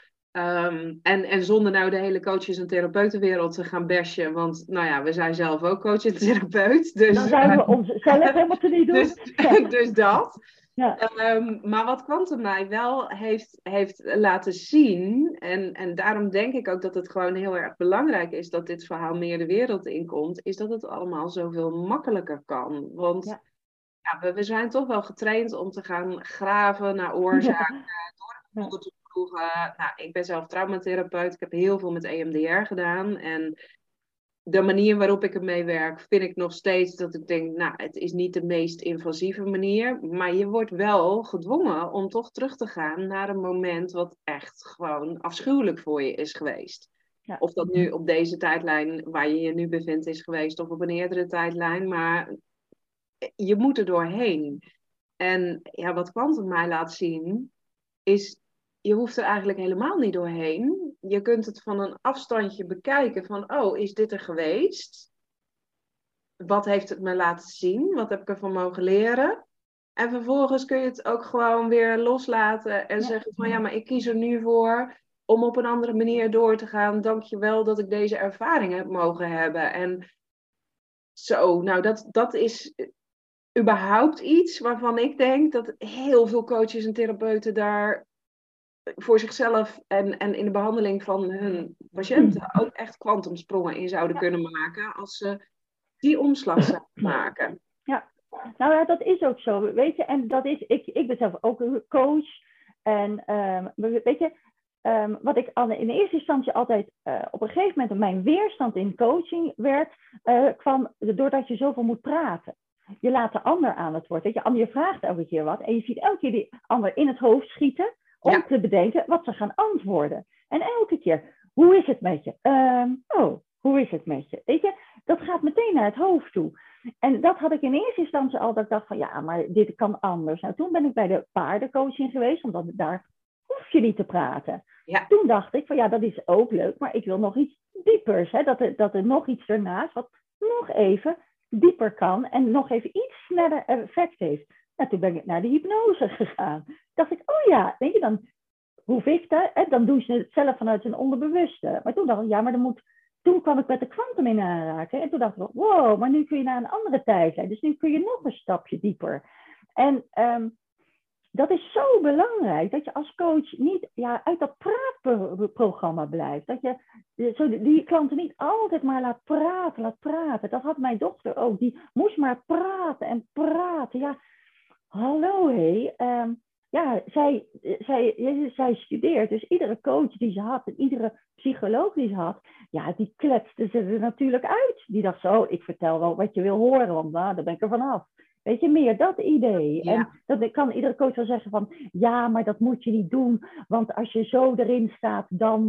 En zonder nou de hele coaches- en therapeutenwereld te gaan bashen, want nou ja, we zijn zelf ook coach en therapeut, Dan zouden we onszelf helemaal te niet doen. dus, Ja, dus dat. ja, Maar wat Quantum mij wel heeft laten zien, en daarom denk ik ook dat het gewoon heel erg belangrijk is dat dit verhaal meer de wereld inkomt, is dat het allemaal zoveel makkelijker kan. Want ja, ja, we zijn toch wel getraind om te gaan graven naar oorzaken, ja, door te ploegen. Nou, ik ben zelf traumatherapeut, ik heb heel veel met EMDR gedaan en de manier waarop ik ermee werk, vind ik nog steeds dat ik denk, nou, het is niet de meest invasieve manier, maar je wordt wel gedwongen om toch terug te gaan naar een moment wat echt gewoon afschuwelijk voor je is geweest. ja, Of dat nu op deze tijdlijn waar je je nu bevindt is geweest, of op een eerdere tijdlijn, maar je moet er doorheen. En ja, wat Quantum mij laat zien, is je hoeft er eigenlijk helemaal niet doorheen. Je kunt het van een afstandje bekijken van, oh, is dit er geweest? Wat heeft het me laten zien? Wat heb ik ervan mogen leren? En vervolgens kun je het ook gewoon weer loslaten en ja, zeggen van, ja, maar ik kies er nu voor om op een andere manier door te gaan. Dank je wel dat ik deze ervaring heb mogen hebben. En zo, nou, dat is überhaupt iets waarvan ik denk dat heel veel coaches en therapeuten daar voor zichzelf en in de behandeling van hun patiënten ook echt kwantumsprongen in zouden ja. kunnen maken als ze die omslag zouden maken. Ja, nou ja, dat is ook zo, weet je. En dat is, ik ben zelf ook een coach. En weet je, wat ik in eerste instantie altijd op een gegeven moment mijn weerstand in coaching werd, kwam doordat je zoveel moet praten. Je laat de ander aan het woord. Weet je vraagt elke keer wat en je ziet elke keer die ander in het hoofd schieten om Ja, te bedenken wat ze gaan antwoorden. En elke keer, hoe is het met je? Hoe is het met je? Weet je, dat gaat meteen naar het hoofd toe. En dat had ik in eerste instantie al, dat ik dacht van ja, maar dit kan anders. Nou, toen ben ik bij de paardencoaching geweest, omdat daar hoef je niet te praten. ja, Toen dacht ik van ja, dat is ook leuk, maar ik wil nog iets diepers. Hè? Dat er nog iets ernaast wat nog even dieper kan en nog even iets sneller effect heeft. Nou, toen ben ik naar de hypnose gegaan. Dacht ik, oh ja, weet je, dan hoef ik dat, hè? Dan doen ze het zelf vanuit hun onderbewuste. Maar toen dacht ik, ja, maar toen kwam ik met de kwantum in aanraken. En toen dacht ik, wow, maar nu kun je naar een andere tijdlijn. Dus nu kun je nog een stapje dieper. En dat is zo belangrijk, dat je als coach niet uit dat praatprogramma blijft. Dat je die klanten niet altijd maar laat praten. Dat had mijn dochter ook. Die moest maar praten en praten. Ja, hallo hé. Ja, zij studeert. Dus iedere coach die ze had en iedere psycholoog die ze had, ja, die kletste ze er natuurlijk uit. Die dacht zo, ik vertel wel wat je wil horen, want nou, daar ben ik er vanaf. Weet je, meer dat idee. En ja, dat kan iedere coach wel zeggen van, ja, maar dat moet je niet doen. Want als je zo erin staat,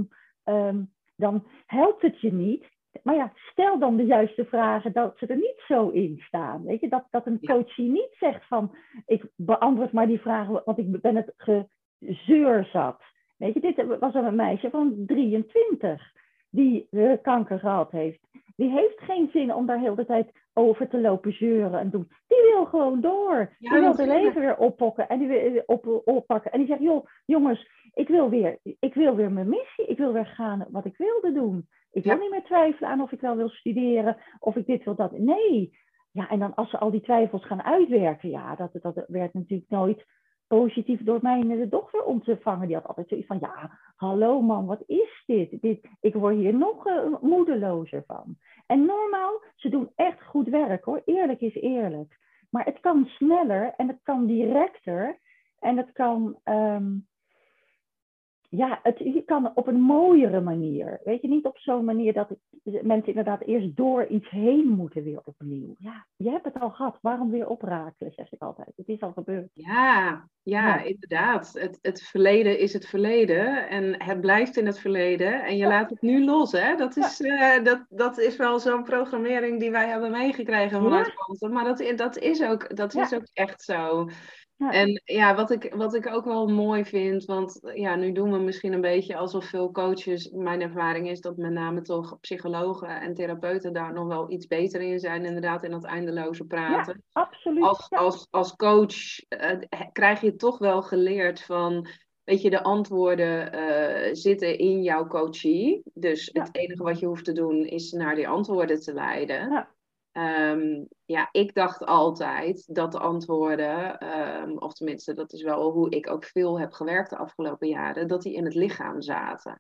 dan helpt het je niet. Maar ja, stel dan de juiste vragen dat ze er niet zo in staan. Weet je, dat een ja, coachie niet zegt van, ik beantwoord maar die vragen, want ik ben het gezeur zat. Weet je, dit was een meisje van 23 die kanker gehad heeft. Die heeft geen zin om daar heel de tijd over te lopen zeuren en doen. Die wil gewoon door. ja, Die wil haar leven natuurlijk. weer oppakken. En die wil oppakken. En die zegt, joh, jongens, ik wil weer mijn missie. Ik wil weer gaan wat ik wilde doen. Ik wil Ja, niet meer twijfelen aan of ik wel wil studeren, of ik dit wil dat. Nee. Ja, en dan als ze al die twijfels gaan uitwerken, ja, dat werd natuurlijk nooit positief door mijn dochter ontvangen. Die had altijd zoiets van, ja, hallo man, wat is dit? Ik word hier nog moedelozer van. En normaal, ze doen echt goed werk hoor. Eerlijk is eerlijk. Maar het kan sneller en het kan directer. En het kan Ja, je kan op een mooiere manier. Weet je, niet op zo'n manier dat mensen inderdaad eerst door iets heen moeten weer opnieuw. Ja, je hebt het al gehad. Waarom weer oprakelen, zeg ik altijd. Het is al gebeurd. Ja, Ja, inderdaad. Het verleden is het verleden en het blijft in het verleden en je ja, laat het nu los, hè? ja. Dat is wel zo'n programmering die wij hebben meegekregen vanuit Ja, kwantum, maar dat is ja, ook echt zo. ja. En ja, wat ik ook wel mooi vind, want ja, nu doen we misschien een beetje alsof veel coaches, mijn ervaring is dat met name toch psychologen en therapeuten daar nog wel iets beter in zijn, inderdaad in dat eindeloze Ja, praten. absoluut. Ja, Als coach krijg je toch wel geleerd van, weet je, de antwoorden zitten in jouw coachie. Dus het ja, enige wat je hoeft te doen is naar die antwoorden te leiden. ja, Ja, ik dacht altijd dat de antwoorden, of tenminste, dat is wel hoe ik ook veel heb gewerkt de afgelopen jaren, dat die in het lichaam zaten.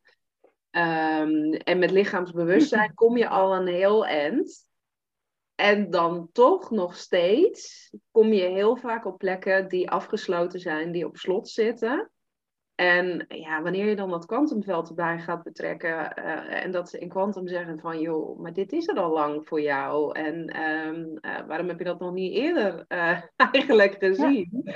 En met lichaamsbewustzijn kom je al een heel eind. En dan toch nog steeds kom je heel vaak op plekken die afgesloten zijn, die op slot zitten. En ja, wanneer je dan dat kwantumveld erbij gaat betrekken en dat ze in kwantum zeggen van joh, maar dit is er al lang voor jou en waarom heb je dat nog niet eerder eigenlijk ja, gezien?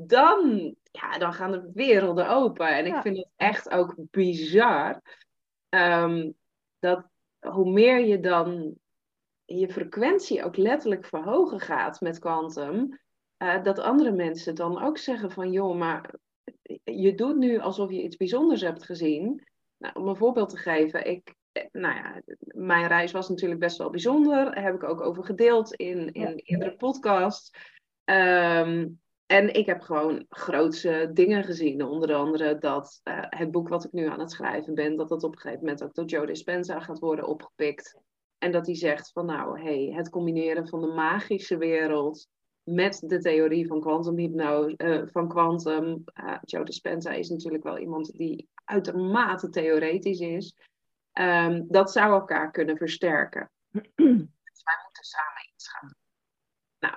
Dan gaan de werelden open. En ik ja, vind het echt ook bizar ehm, dat hoe meer je dan je frequentie ook letterlijk verhogen gaat met kwantum, dat andere mensen dan ook zeggen van joh, maar je doet nu alsof je iets bijzonders hebt gezien. Nou, om een voorbeeld te geven, nou ja, mijn reis was natuurlijk best wel bijzonder. Daar heb ik ook over gedeeld in ja, eerdere podcasts. Ehm, en ik heb gewoon grootse dingen gezien. Onder andere dat het boek wat ik nu aan het schrijven ben, dat dat op een gegeven moment ook door Joe Dispenza gaat worden opgepikt. En dat hij zegt van nou, hey, het combineren van de magische wereld met de theorie van kwantumhypnose, van kwantum. Joe Dispenza is natuurlijk wel iemand die uitermate theoretisch is. Dat zou elkaar kunnen versterken. Dus wij moeten samen iets gaan doen. Nou,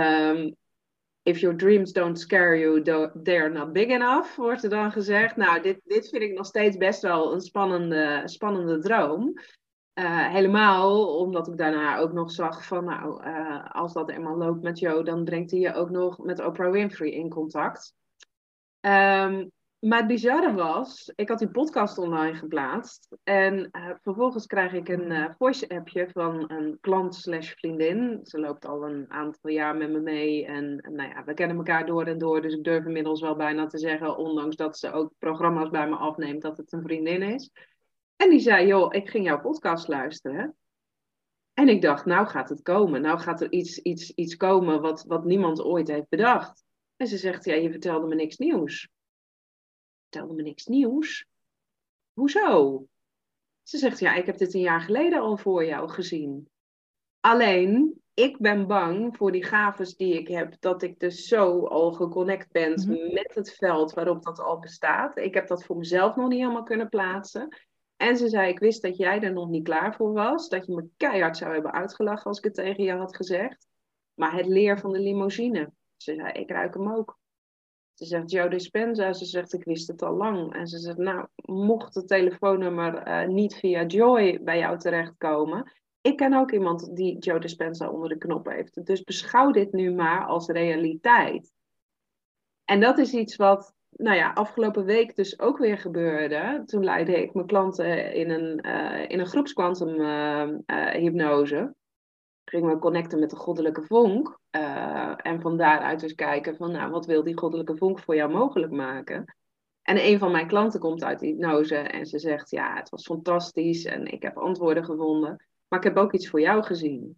if your dreams don't scare you, they're not big enough, wordt er dan gezegd. Nou, dit vind ik nog steeds best wel een spannende droom. Helemaal omdat ik daarna ook nog zag van, nou, als dat eenmaal loopt met Joe, dan brengt hij je ook nog met Oprah Winfrey in contact. Ehm, maar het bizarre was, ik had die podcast online geplaatst en vervolgens krijg ik een voice-appje van een klant slash vriendin. Ze loopt al een aantal jaar met me mee en nou ja, we kennen elkaar door en door, dus ik durf inmiddels wel bijna te zeggen, ondanks dat ze ook programma's bij me afneemt, dat het een vriendin is. En die zei, joh, ik ging jouw podcast luisteren. En ik dacht, nou gaat het komen. Nou gaat er iets komen wat niemand ooit heeft bedacht. En ze zegt, ja, je vertelde me niks nieuws. Vertelde me niks nieuws? Hoezo? Ze zegt, ja, ik heb dit een jaar geleden al voor jou gezien. Alleen, ik ben bang voor die gaves die ik heb, dat ik dus zo al geconnect ben mhm, met het veld waarop dat al bestaat. Ik heb dat voor mezelf nog niet helemaal kunnen plaatsen. En ze zei, ik wist dat jij er nog niet klaar voor was. Dat je me keihard zou hebben uitgelachen als ik het tegen je had gezegd. Maar het leer van de limousine. Ze zei, ik ruik hem ook. Ze zegt, Joe Dispenza, ze zegt, ik wist het al lang. En ze zegt, nou, mocht het telefoonnummer niet via Joy bij jou terechtkomen. Ik ken ook iemand die Joe Dispenza onder de knop heeft. Dus beschouw dit nu maar als realiteit. En dat is iets wat, nou ja, afgelopen week dus ook weer gebeurde. Toen leidde ik mijn klanten in een groepskwantum hypnose. Gingen we connecten met de goddelijke vonk. En van daaruit dus kijken van, nou, wat wil die goddelijke vonk voor jou mogelijk maken? En een van mijn klanten komt uit de hypnose en ze zegt, ja, het was fantastisch en ik heb antwoorden gevonden. Maar ik heb ook iets voor jou gezien.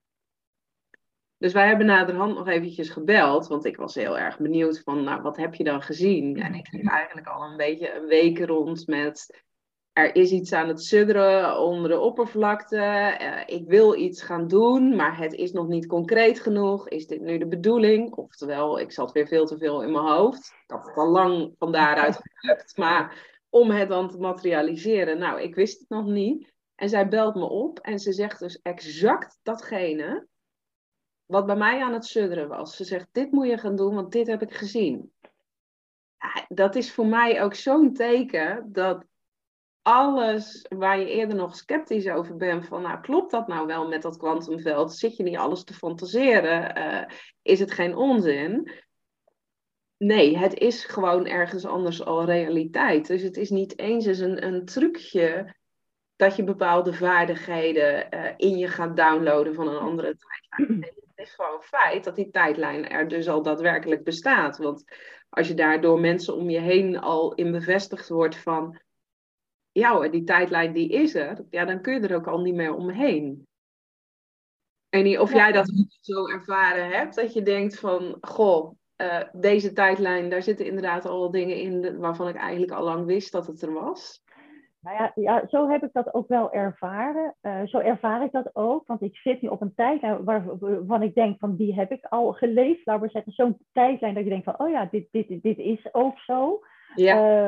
Dus wij hebben naderhand nog eventjes gebeld, want ik was heel erg benieuwd van, nou, wat heb je dan gezien? En ik liep eigenlijk al een beetje een week rond met, er is iets aan het sudderen onder de oppervlakte. Ik wil iets gaan doen, maar het is nog niet concreet genoeg. Is dit nu de bedoeling? Oftewel, ik zat weer veel te veel in mijn hoofd. Ik had het al lang van daaruit gelukt, maar om het dan te materialiseren, nou, ik wist het nog niet. En zij belt me op en ze zegt dus exact datgene wat bij mij aan het sudderen was. Ze zegt, dit moet je gaan doen, want dit heb ik gezien. dat is voor mij ook zo'n teken dat alles waar je eerder nog sceptisch over bent, van nou klopt dat nou wel met dat kwantumveld? Zit je niet alles te fantaseren? Is het geen onzin? Nee, het is gewoon ergens anders al realiteit. Dus het is niet eens eens een trucje dat je bepaalde vaardigheden in je gaat downloaden van een andere tijdlijn. Nee, het is gewoon feit dat die tijdlijn er dus al daadwerkelijk bestaat. Want als je daar door mensen om je heen al in bevestigd wordt van ja hoor, die tijdlijn die is er, ja, dan kun je er ook al niet meer omheen. En niet of jij dat zo ervaren hebt, dat je denkt van, goh, deze tijdlijn, daar zitten inderdaad al dingen in waarvan ik eigenlijk al lang wist dat het er was. Nou ja, zo heb ik dat ook wel ervaren. Zo ervaar ik dat ook. Want ik zit nu op een tijdlijn waarvan ik denk van die heb ik al geleefd. Laten we zeggen, zo'n tijdlijn dat je denkt van oh ja, dit is ook zo. Ja.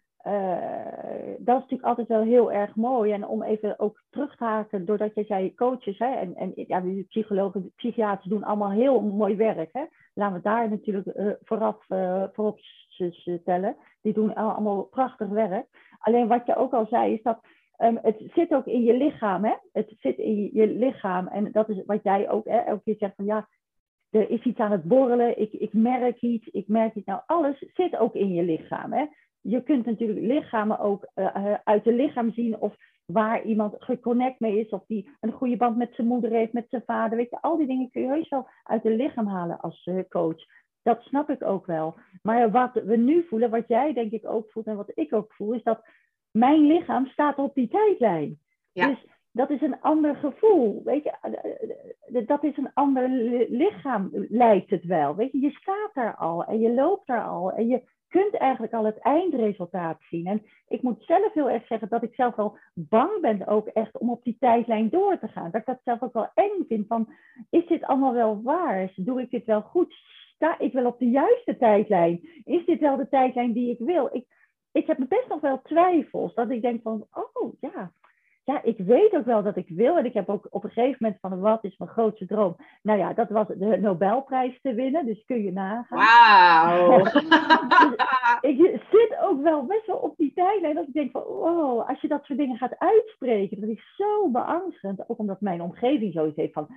Dat is natuurlijk altijd wel heel erg mooi. En om even ook terug te haken, doordat je zei coaches, hè, en ja, de psychologen, de psychiaters doen allemaal heel mooi werk. Hè. Laten we daar natuurlijk voorop stellen. Die doen allemaal prachtig werk. Alleen wat je ook al zei, is dat het zit ook in je lichaam. Hè? Het zit in je lichaam. En dat is wat jij ook elke keer zegt van ja, er is iets aan het borrelen. Ik merk iets. Nou, alles zit ook in je lichaam. Hè? Je kunt natuurlijk lichamen ook uit het lichaam zien of waar iemand geconnect mee is. Of die een goede band met zijn moeder heeft, met zijn vader. Weet je, al die dingen kun je heus wel uit het lichaam halen als coach. Dat snap ik ook wel. Maar wat we nu voelen, wat jij denk ik ook voelt en wat ik ook voel, is dat mijn lichaam staat op die tijdlijn. Ja. Dus dat is een ander gevoel. Weet je, dat is een ander lichaam, lijkt het wel. Weet je, je staat daar al en je loopt daar al en je kunt eigenlijk al het eindresultaat zien. En ik moet zelf heel erg zeggen dat ik zelf wel bang ben ook echt om op die tijdlijn door te gaan. Dat ik dat zelf ook wel eng vind van, is dit allemaal wel waar? Doe ik dit wel goed? Sta ik wel op de juiste tijdlijn? Is dit wel de tijdlijn die ik wil? Ik heb best nog wel twijfels. Dat ik denk van, oh ja, ik weet ook wel dat ik wil. En ik heb ook op een gegeven moment van, wat is mijn grootste droom? Nou ja, dat was de Nobelprijs te winnen. Dus kun je nagaan. Wauw! Dus ik zit ook wel best wel op die tijdlijn. Dat ik denk van, wow, als je dat soort dingen gaat uitspreken. Dat is zo beangstigend. Ook omdat mijn omgeving zoiets heeft van,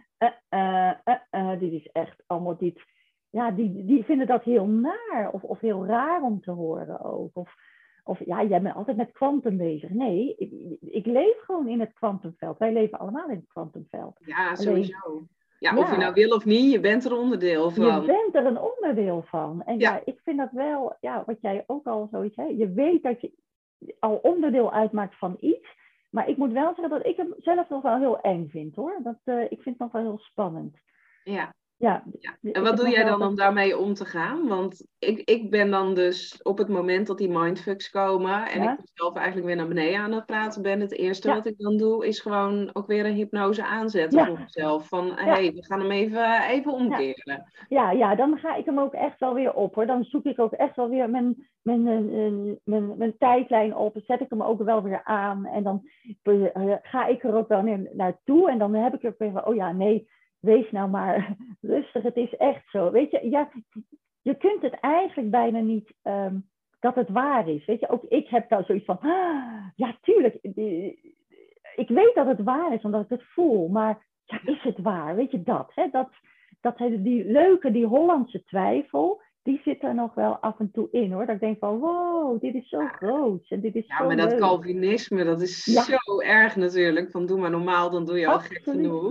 dit is echt allemaal dit. Ja, die vinden dat heel naar of heel raar om te horen ook. Of ja, jij bent altijd met kwantum bezig. Nee, ik leef gewoon in het kwantumveld. Wij leven allemaal in het kwantumveld. Ja, sowieso. Ja, of je nou wil of niet, je bent er onderdeel van. Je bent er een onderdeel van. En ja, ik vind dat wel, ja, wat jij ook al zoiets zei. Je weet dat je al onderdeel uitmaakt van iets. Maar ik moet wel zeggen dat ik het zelf nog wel heel eng vind, hoor. Ik vind het nog wel heel spannend. Ja. Ja. En wat doe jij dan om daarmee om te gaan? Want ik ben dan dus op het moment dat die mindfucks komen en ik zelf eigenlijk weer naar beneden aan het praten ben, het eerste wat ik dan doe is gewoon ook weer een hypnose aanzetten voor mezelf. Van hey, we gaan hem even omkeren. Ja, dan ga ik hem ook echt wel weer op, hoor. Dan zoek ik ook echt wel weer mijn tijdlijn op, zet ik hem ook wel weer aan en dan ga ik er ook wel naartoe en dan heb ik er weer van, oh ja, nee, wees nou maar rustig, het is echt zo. Weet je, ja, je kunt het eigenlijk bijna niet dat het waar is. Weet je, ook ik heb daar zoiets van, ja, tuurlijk, ik weet dat het waar is, omdat ik het voel, maar ja, is het waar? Weet je dat? Hè? Die Hollandse twijfel, die zit er nog wel af en toe in, hoor. Dat ik denk van, wow, dit is zo groot. En dit is zo maar dat Calvinisme, dat is zo erg natuurlijk. Van doe maar normaal, dan doe je al gek genoeg.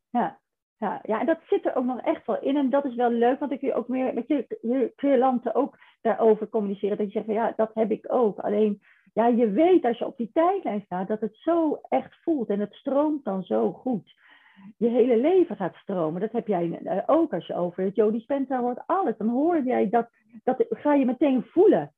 Ja, en dat zit er ook nog echt wel in. En dat is wel leuk, want ik kun je ook meer met je klanten ook daarover communiceren. Dat je zegt van ja, dat heb ik ook. Alleen, ja, je weet als je op die tijdlijn staat, dat het zo echt voelt. En het stroomt dan zo goed. Je hele leven gaat stromen. Dat heb jij ook als je over het Joe Dispenza hoort. Alles. Dan hoor jij dat ga je meteen voelen.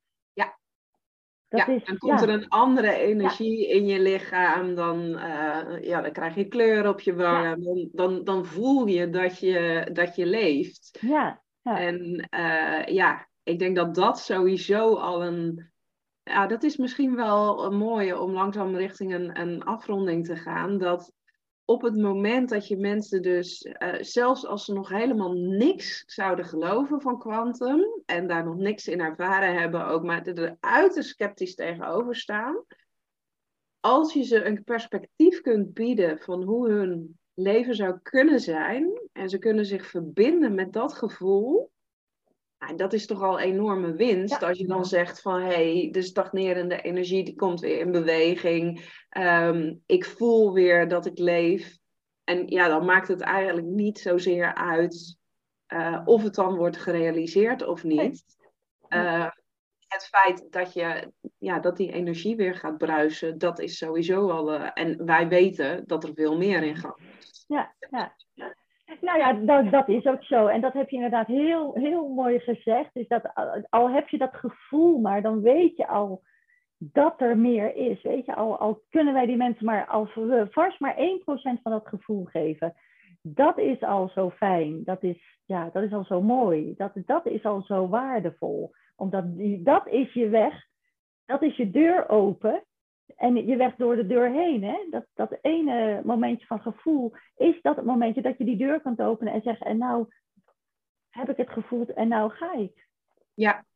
Dan komt er een andere energie in je lichaam. Dan krijg je kleur op je wangen. Dan voel je dat je leeft. Ja. En ik denk dat sowieso al een... Ja, dat is misschien wel een mooie om langzaam richting een afronding te gaan. Dat op het moment dat je mensen dus, zelfs als ze nog helemaal niks zouden geloven van kwantum en daar nog niks in ervaren hebben, ook maar er uiterst sceptisch tegenover staan, als je ze een perspectief kunt bieden van hoe hun leven zou kunnen zijn en ze kunnen zich verbinden met dat gevoel, nou, dat is toch al een enorme winst. Ja. Als je dan zegt van de stagnerende energie die komt weer in beweging. Ik voel weer dat ik leef. En ja, dan maakt het eigenlijk niet zozeer uit of het dan wordt gerealiseerd of niet. Het feit dat die energie weer gaat bruisen, dat is sowieso al. En wij weten dat er veel meer in gaat. Ja. Nou ja, dat is ook zo. En dat heb je inderdaad heel, heel mooi gezegd. Dus dat, al heb je dat gevoel, maar dan weet je al dat er meer is. Weet je, al kunnen wij die mensen maar, als we vast maar 1% van dat gevoel geven. Dat is al zo fijn. Dat is al zo mooi. Dat is al zo waardevol. Omdat dat is je weg. Dat is je deur open. En je weg door de deur heen. Hè? Dat ene momentje van gevoel is dat het momentje dat je die deur kunt openen en zeggen, en nou heb ik het gevoeld en nou ga ik. Ja.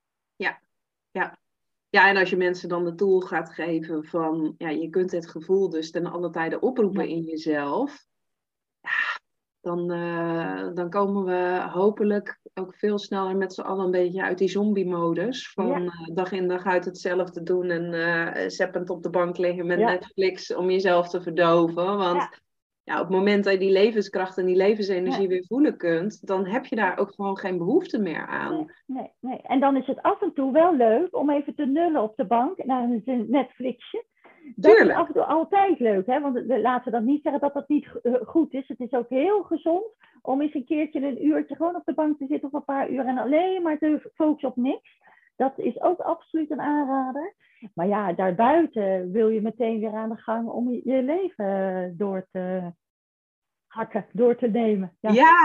Ja, en als je mensen dan de tool gaat geven van, ja, je kunt het gevoel dus ten alle tijde oproepen in jezelf, ja, dan komen we hopelijk ook veel sneller met z'n allen een beetje uit die zombie-modus van dag in dag uit hetzelfde doen en zeppend op de bank liggen met Netflix om jezelf te verdoven. Want op het moment dat je die levenskracht en die levensenergie weer voelen kunt, dan heb je daar ook gewoon geen behoefte meer aan. Nee. En dan is het af en toe wel leuk om even te nullen op de bank naar een Netflixje. Dat is af en toe altijd leuk, hè? Want laten we dan niet zeggen dat dat niet goed is. Het is ook heel gezond om eens een keertje een uurtje gewoon op de bank te zitten of een paar uur en alleen maar te focussen op niks. Dat is ook absoluut een aanrader. Maar ja, daarbuiten wil je meteen weer aan de gang om je leven door te hakken, door te nemen.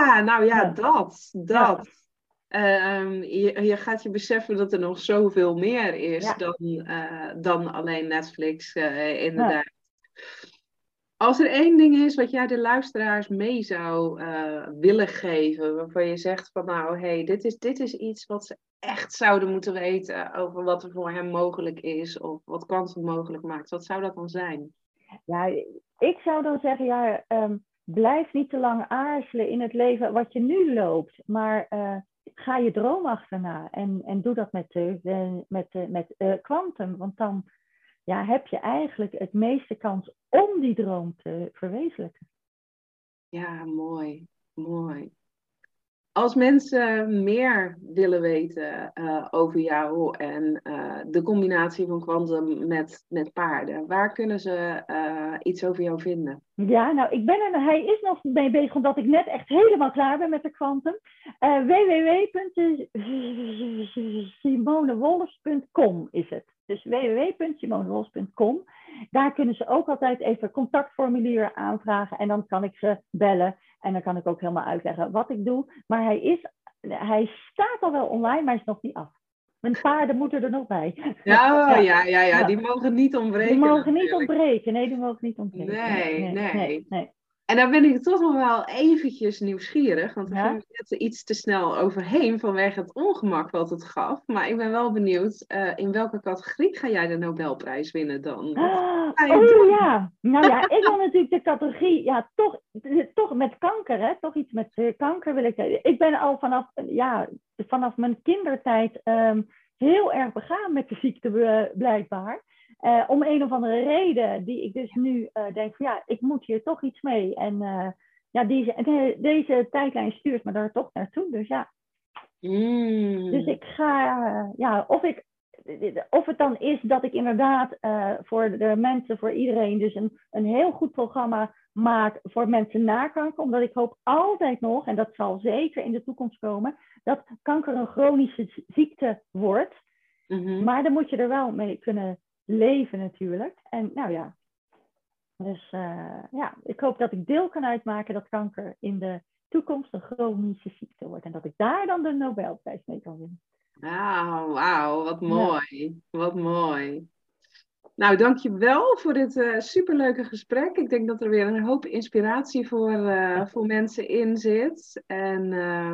Dat. Je gaat je beseffen dat er nog zoveel meer is dan alleen Netflix, inderdaad. Als er één ding is wat jij de luisteraars mee zou willen geven, waarvan je zegt van dit is iets wat ze echt zouden moeten weten over wat er voor hen mogelijk is of wat kwantum mogelijk maakt, wat zou dat dan zijn? Ja, ik zou dan zeggen, blijf niet te lang aarzelen in het leven wat je nu loopt, maar ga je droom achterna en doe dat met kwantum, want dan heb je eigenlijk het meeste kans om die droom te verwezenlijken. Ja, mooi. Als mensen meer willen weten over jou en de combinatie van kwantum met paarden, waar kunnen ze iets over jou vinden? Ja, nou, hij is nog mee bezig omdat ik net echt helemaal klaar ben met de kwantum. www.simonewolfs.com is het. Dus www.simonewolfs.com. Daar kunnen ze ook altijd even contactformulier aanvragen en dan kan ik ze bellen. En dan kan ik ook helemaal uitleggen wat ik doe. Maar hij staat al wel online, maar is nog niet af. Mijn paarden moeten er nog bij. Ja, die mogen niet ontbreken. Die mogen niet ontbreken. Nee, die mogen niet ontbreken. Nee. En daar ben ik toch nog wel eventjes nieuwsgierig. Want daar ging ik net iets te snel overheen vanwege het ongemak wat het gaf. Maar ik ben wel benieuwd, in welke categorie ga jij de Nobelprijs winnen dan? Nou ja, ik wil natuurlijk de categorie, toch met kanker, hè? Toch iets met kanker wil ik. Ik ben al vanaf mijn kindertijd heel erg begaan met de ziekte blijkbaar. Om een of andere reden die ik dus nu denk van ik moet hier toch iets mee. En deze tijdlijn stuurt me daar toch naartoe, dus ja. Dus ik ga, of het dan is dat ik inderdaad voor de mensen, voor iedereen, dus een heel goed programma maak voor mensen na kanker. Omdat ik hoop altijd nog, en dat zal zeker in de toekomst komen, dat kanker een chronische ziekte wordt. Mm-hmm. Maar dan moet je er wel mee kunnen leven natuurlijk. En dus ik hoop dat ik deel kan uitmaken dat kanker in de toekomst een chronische ziekte wordt. En dat ik daar dan de Nobelprijs mee kan winnen. Wauw, wat mooi. Wat mooi. Nou, dankjewel voor dit superleuke gesprek. Ik denk dat er weer een hoop inspiratie voor mensen in zit. En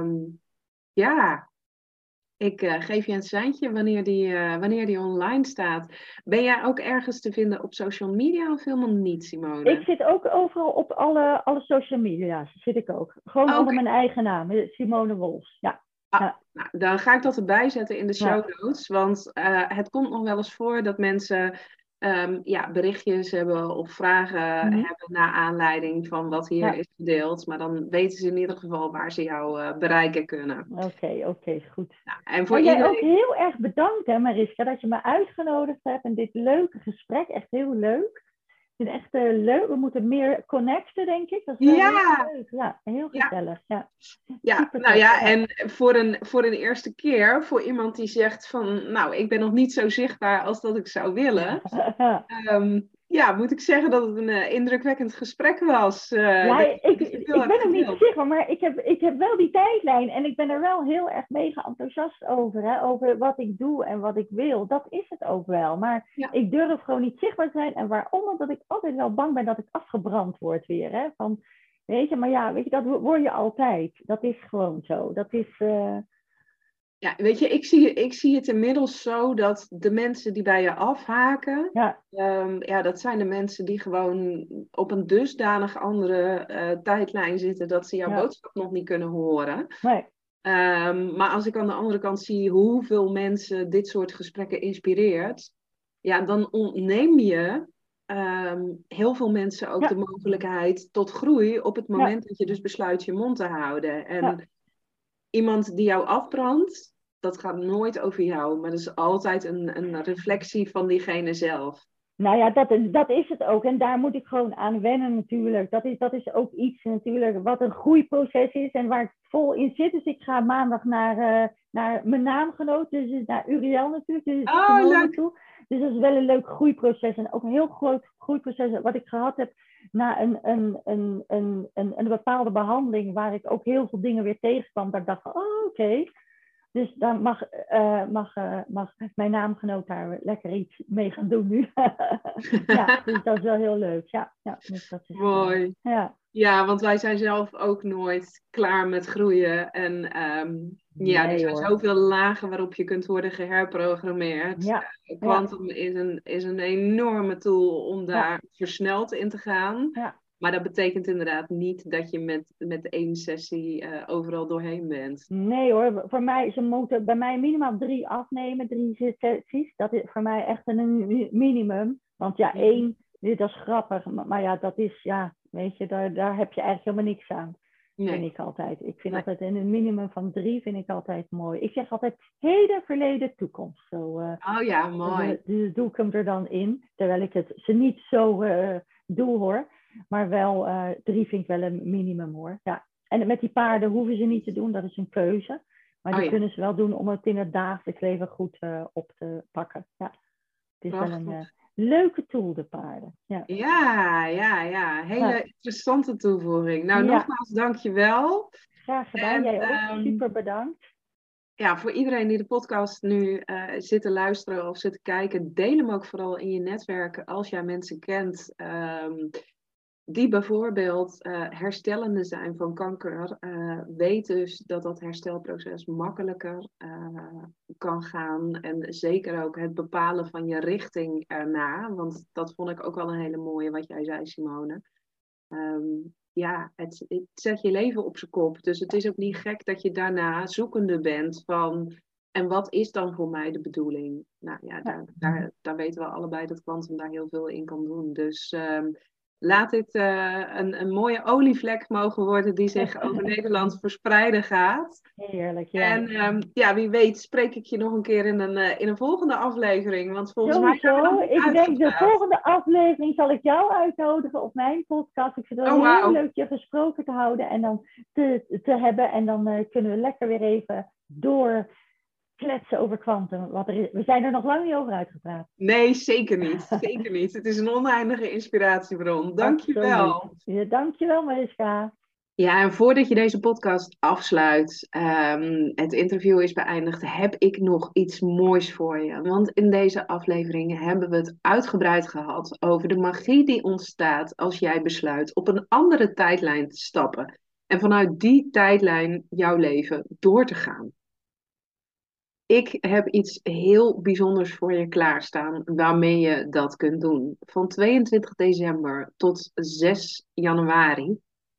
ja, ik geef je een seintje wanneer die online staat. Ben jij ook ergens te vinden op social media of helemaal niet, Simone? Ik zit ook overal op alle social media's. Zit ik ook. Gewoon onder mijn eigen naam. Simone Wolfs. Ja. Ja. Nou, dan ga ik dat erbij zetten in de Ja. show notes. Want het komt nog wel eens voor dat mensen berichtjes hebben of vragen hebben naar aanleiding van wat hier is gedeeld. Maar dan weten ze in ieder geval waar ze jou bereiken kunnen. Oké, goed. Nou, en voor jij iedereen... ook heel erg bedankt, hè, Mariska, dat je me uitgenodigd hebt en dit leuke gesprek. Echt heel leuk. Ik vind het echt leuk. We moeten meer connecten, denk ik. Dat is wel heel leuk. Ja, heel gezellig. Ja, nou ja, en voor een eerste keer, voor iemand die zegt van, nou, ik ben nog niet zo zichtbaar als dat ik zou willen. Moet ik zeggen dat het een indrukwekkend gesprek was. Ik ben nog niet zichtbaar, maar ik heb wel die tijdlijn en ik ben er wel heel erg mega enthousiast over. Hè, over wat ik doe en wat ik wil. Dat is het ook wel. Maar ik durf gewoon niet zichtbaar te zijn. En waarom? Omdat ik altijd wel bang ben dat ik afgebrand word weer. Hè, van, weet je, dat word je altijd. Dat is gewoon zo. Dat is... Ja, weet je, ik zie het inmiddels zo dat de mensen die bij je afhaken, dat zijn de mensen die gewoon op een dusdanig andere tijdlijn zitten dat ze jouw boodschap nog niet kunnen horen. Nee. Maar als ik aan de andere kant zie hoeveel mensen dit soort gesprekken inspireert, ja, dan ontneem je heel veel mensen ook de mogelijkheid tot groei op het moment dat je dus besluit je mond te houden. En iemand die jou afbrandt, dat gaat nooit over jou, maar dat is altijd een reflectie van diegene zelf. Nou ja, dat is het ook. En daar moet ik gewoon aan wennen natuurlijk. Dat is ook iets natuurlijk wat een groeiproces is en waar ik vol in zit. Dus ik ga maandag naar mijn naamgenoot, dus naar Uriel natuurlijk. Dus leuk! Toe. Dus dat is wel een leuk groeiproces. En ook een heel groot groeiproces wat ik gehad heb na een bepaalde behandeling, waar ik ook heel veel dingen weer tegenkwam. Dat ik dacht van, oké. Dus dan mag mijn naamgenoot daar lekker iets mee gaan doen nu. Dus dat is wel heel leuk. Dus dat is mooi. Ja, want wij zijn zelf ook nooit klaar met groeien. En er zijn zoveel lagen waarop je kunt worden geherprogrammeerd. Quantum is een enorme tool om daar versneld in te gaan. Maar dat betekent inderdaad niet dat je met één sessie overal doorheen bent. Nee hoor, voor mij, ze moeten bij mij minimaal 3 afnemen, 3 sessies. Dat is voor mij echt een minimum. Want 1, dat is grappig. Maar dat is, weet je, daar heb je eigenlijk helemaal niks aan. Nee. Vind ik altijd. Ik vind altijd een minimum van 3 vind ik altijd mooi. Ik zeg altijd heden, verleden, toekomst. Mooi. Dus doe ik hem er dan in. Terwijl ik ze niet zo doe hoor. Maar wel 3 vind ik wel een minimum hoor. Ja. En met die paarden hoeven ze niet te doen, dat is een keuze. Maar die kunnen ze wel doen om het in het dagelijks leven goed op te pakken. Ja. Het is wel een leuke tool, de paarden. Ja. Hele interessante toevoeging. Nou, nogmaals, dankjewel. Graag gedaan. Jij ook. Super bedankt. Ja, voor iedereen die de podcast nu zit te luisteren of zit te kijken, deel hem ook vooral in je netwerk als jij mensen kent die bijvoorbeeld herstellende zijn van kanker. Weet dus dat dat herstelproces makkelijker kan gaan. En zeker ook het bepalen van je richting erna. Want dat vond ik ook wel een hele mooie wat jij zei, Simone. Het zet je leven op zijn kop. Dus het is ook niet gek dat je daarna zoekende bent van... En wat is dan voor mij de bedoeling? Nou ja, daar weten we allebei dat Quantum daar heel veel in kan doen. Dus laat dit een mooie olievlek mogen worden die zich over Nederland verspreiden gaat. Heerlijk, ja. En wie weet spreek ik je nog een keer in een volgende aflevering. Want volgens mij... Ik denk de volgende aflevering zal ik jou uitnodigen op mijn podcast. Ik vind het wel heel leuk je gesproken te houden en dan te hebben. En dan kunnen we lekker weer even doorkletsen over Quantum. We zijn er nog lang niet over uitgepraat. Nee, zeker niet. Zeker niet. Het is een oneindige inspiratiebron. Dank je wel. Ja, dank je wel, Mariska. Ja, en voordat je deze podcast afsluit, het interview is beëindigd, heb ik nog iets moois voor je. Want in deze aflevering hebben we het uitgebreid gehad over de magie die ontstaat als jij besluit op een andere tijdlijn te stappen. En vanuit die tijdlijn jouw leven door te gaan. Ik heb iets heel bijzonders voor je klaarstaan waarmee je dat kunt doen. Van 22 december tot 6 januari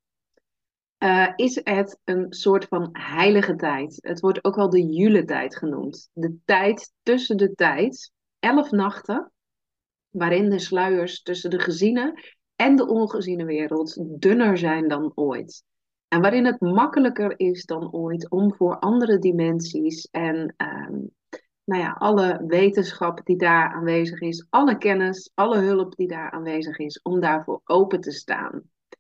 is het een soort van heilige tijd. Het wordt ook wel de Juletijd genoemd. De tijd tussen de tijd, 11 nachten, waarin de sluiers tussen de geziene en de ongeziene wereld dunner zijn dan ooit. En waarin het makkelijker is dan ooit om voor andere dimensies en nou ja, alle wetenschap die daar aanwezig is, alle kennis, alle hulp die daar aanwezig is, om daarvoor open te staan.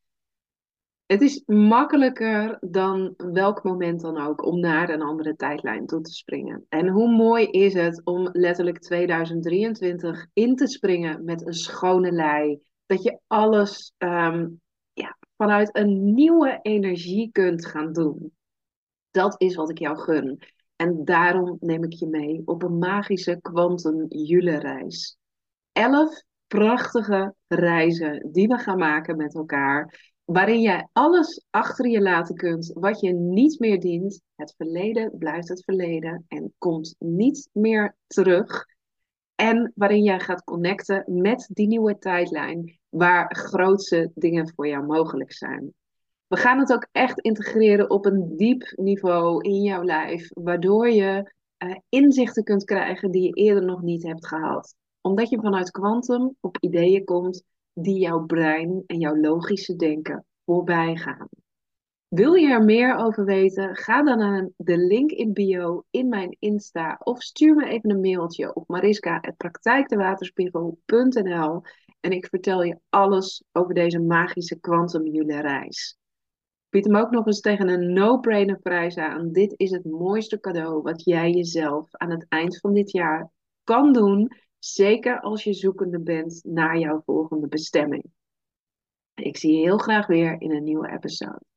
Het is makkelijker dan welk moment dan ook om naar een andere tijdlijn toe te springen. En hoe mooi is het om letterlijk 2023 in te springen met een schone lei. Dat je alles ja, vanuit een nieuwe energie kunt gaan doen. Dat is wat ik jou gun. En daarom neem ik je mee op een magische Quantum Jule-reis. 11 prachtige reizen die we gaan maken met elkaar. Waarin jij alles achter je laten kunt wat je niet meer dient. Het verleden blijft het verleden en komt niet meer terug. En waarin jij gaat connecten met die nieuwe tijdlijn waar grootse dingen voor jou mogelijk zijn. We gaan het ook echt integreren op een diep niveau in jouw lijf, waardoor je inzichten kunt krijgen die je eerder nog niet hebt gehad. Omdat je vanuit kwantum op ideeën komt die jouw brein en jouw logische denken voorbij gaan. Wil je er meer over weten? Ga dan naar de link in bio in mijn Insta of stuur me even een mailtje op mariska@praktijkdewaterspiegel.nl en ik vertel je alles over deze magische kwantumjule-reis. Bied hem ook nog eens tegen een no-brainer prijs aan. Dit is het mooiste cadeau wat jij jezelf aan het eind van dit jaar kan doen. Zeker als je zoekende bent naar jouw volgende bestemming. Ik zie je heel graag weer in een nieuwe episode.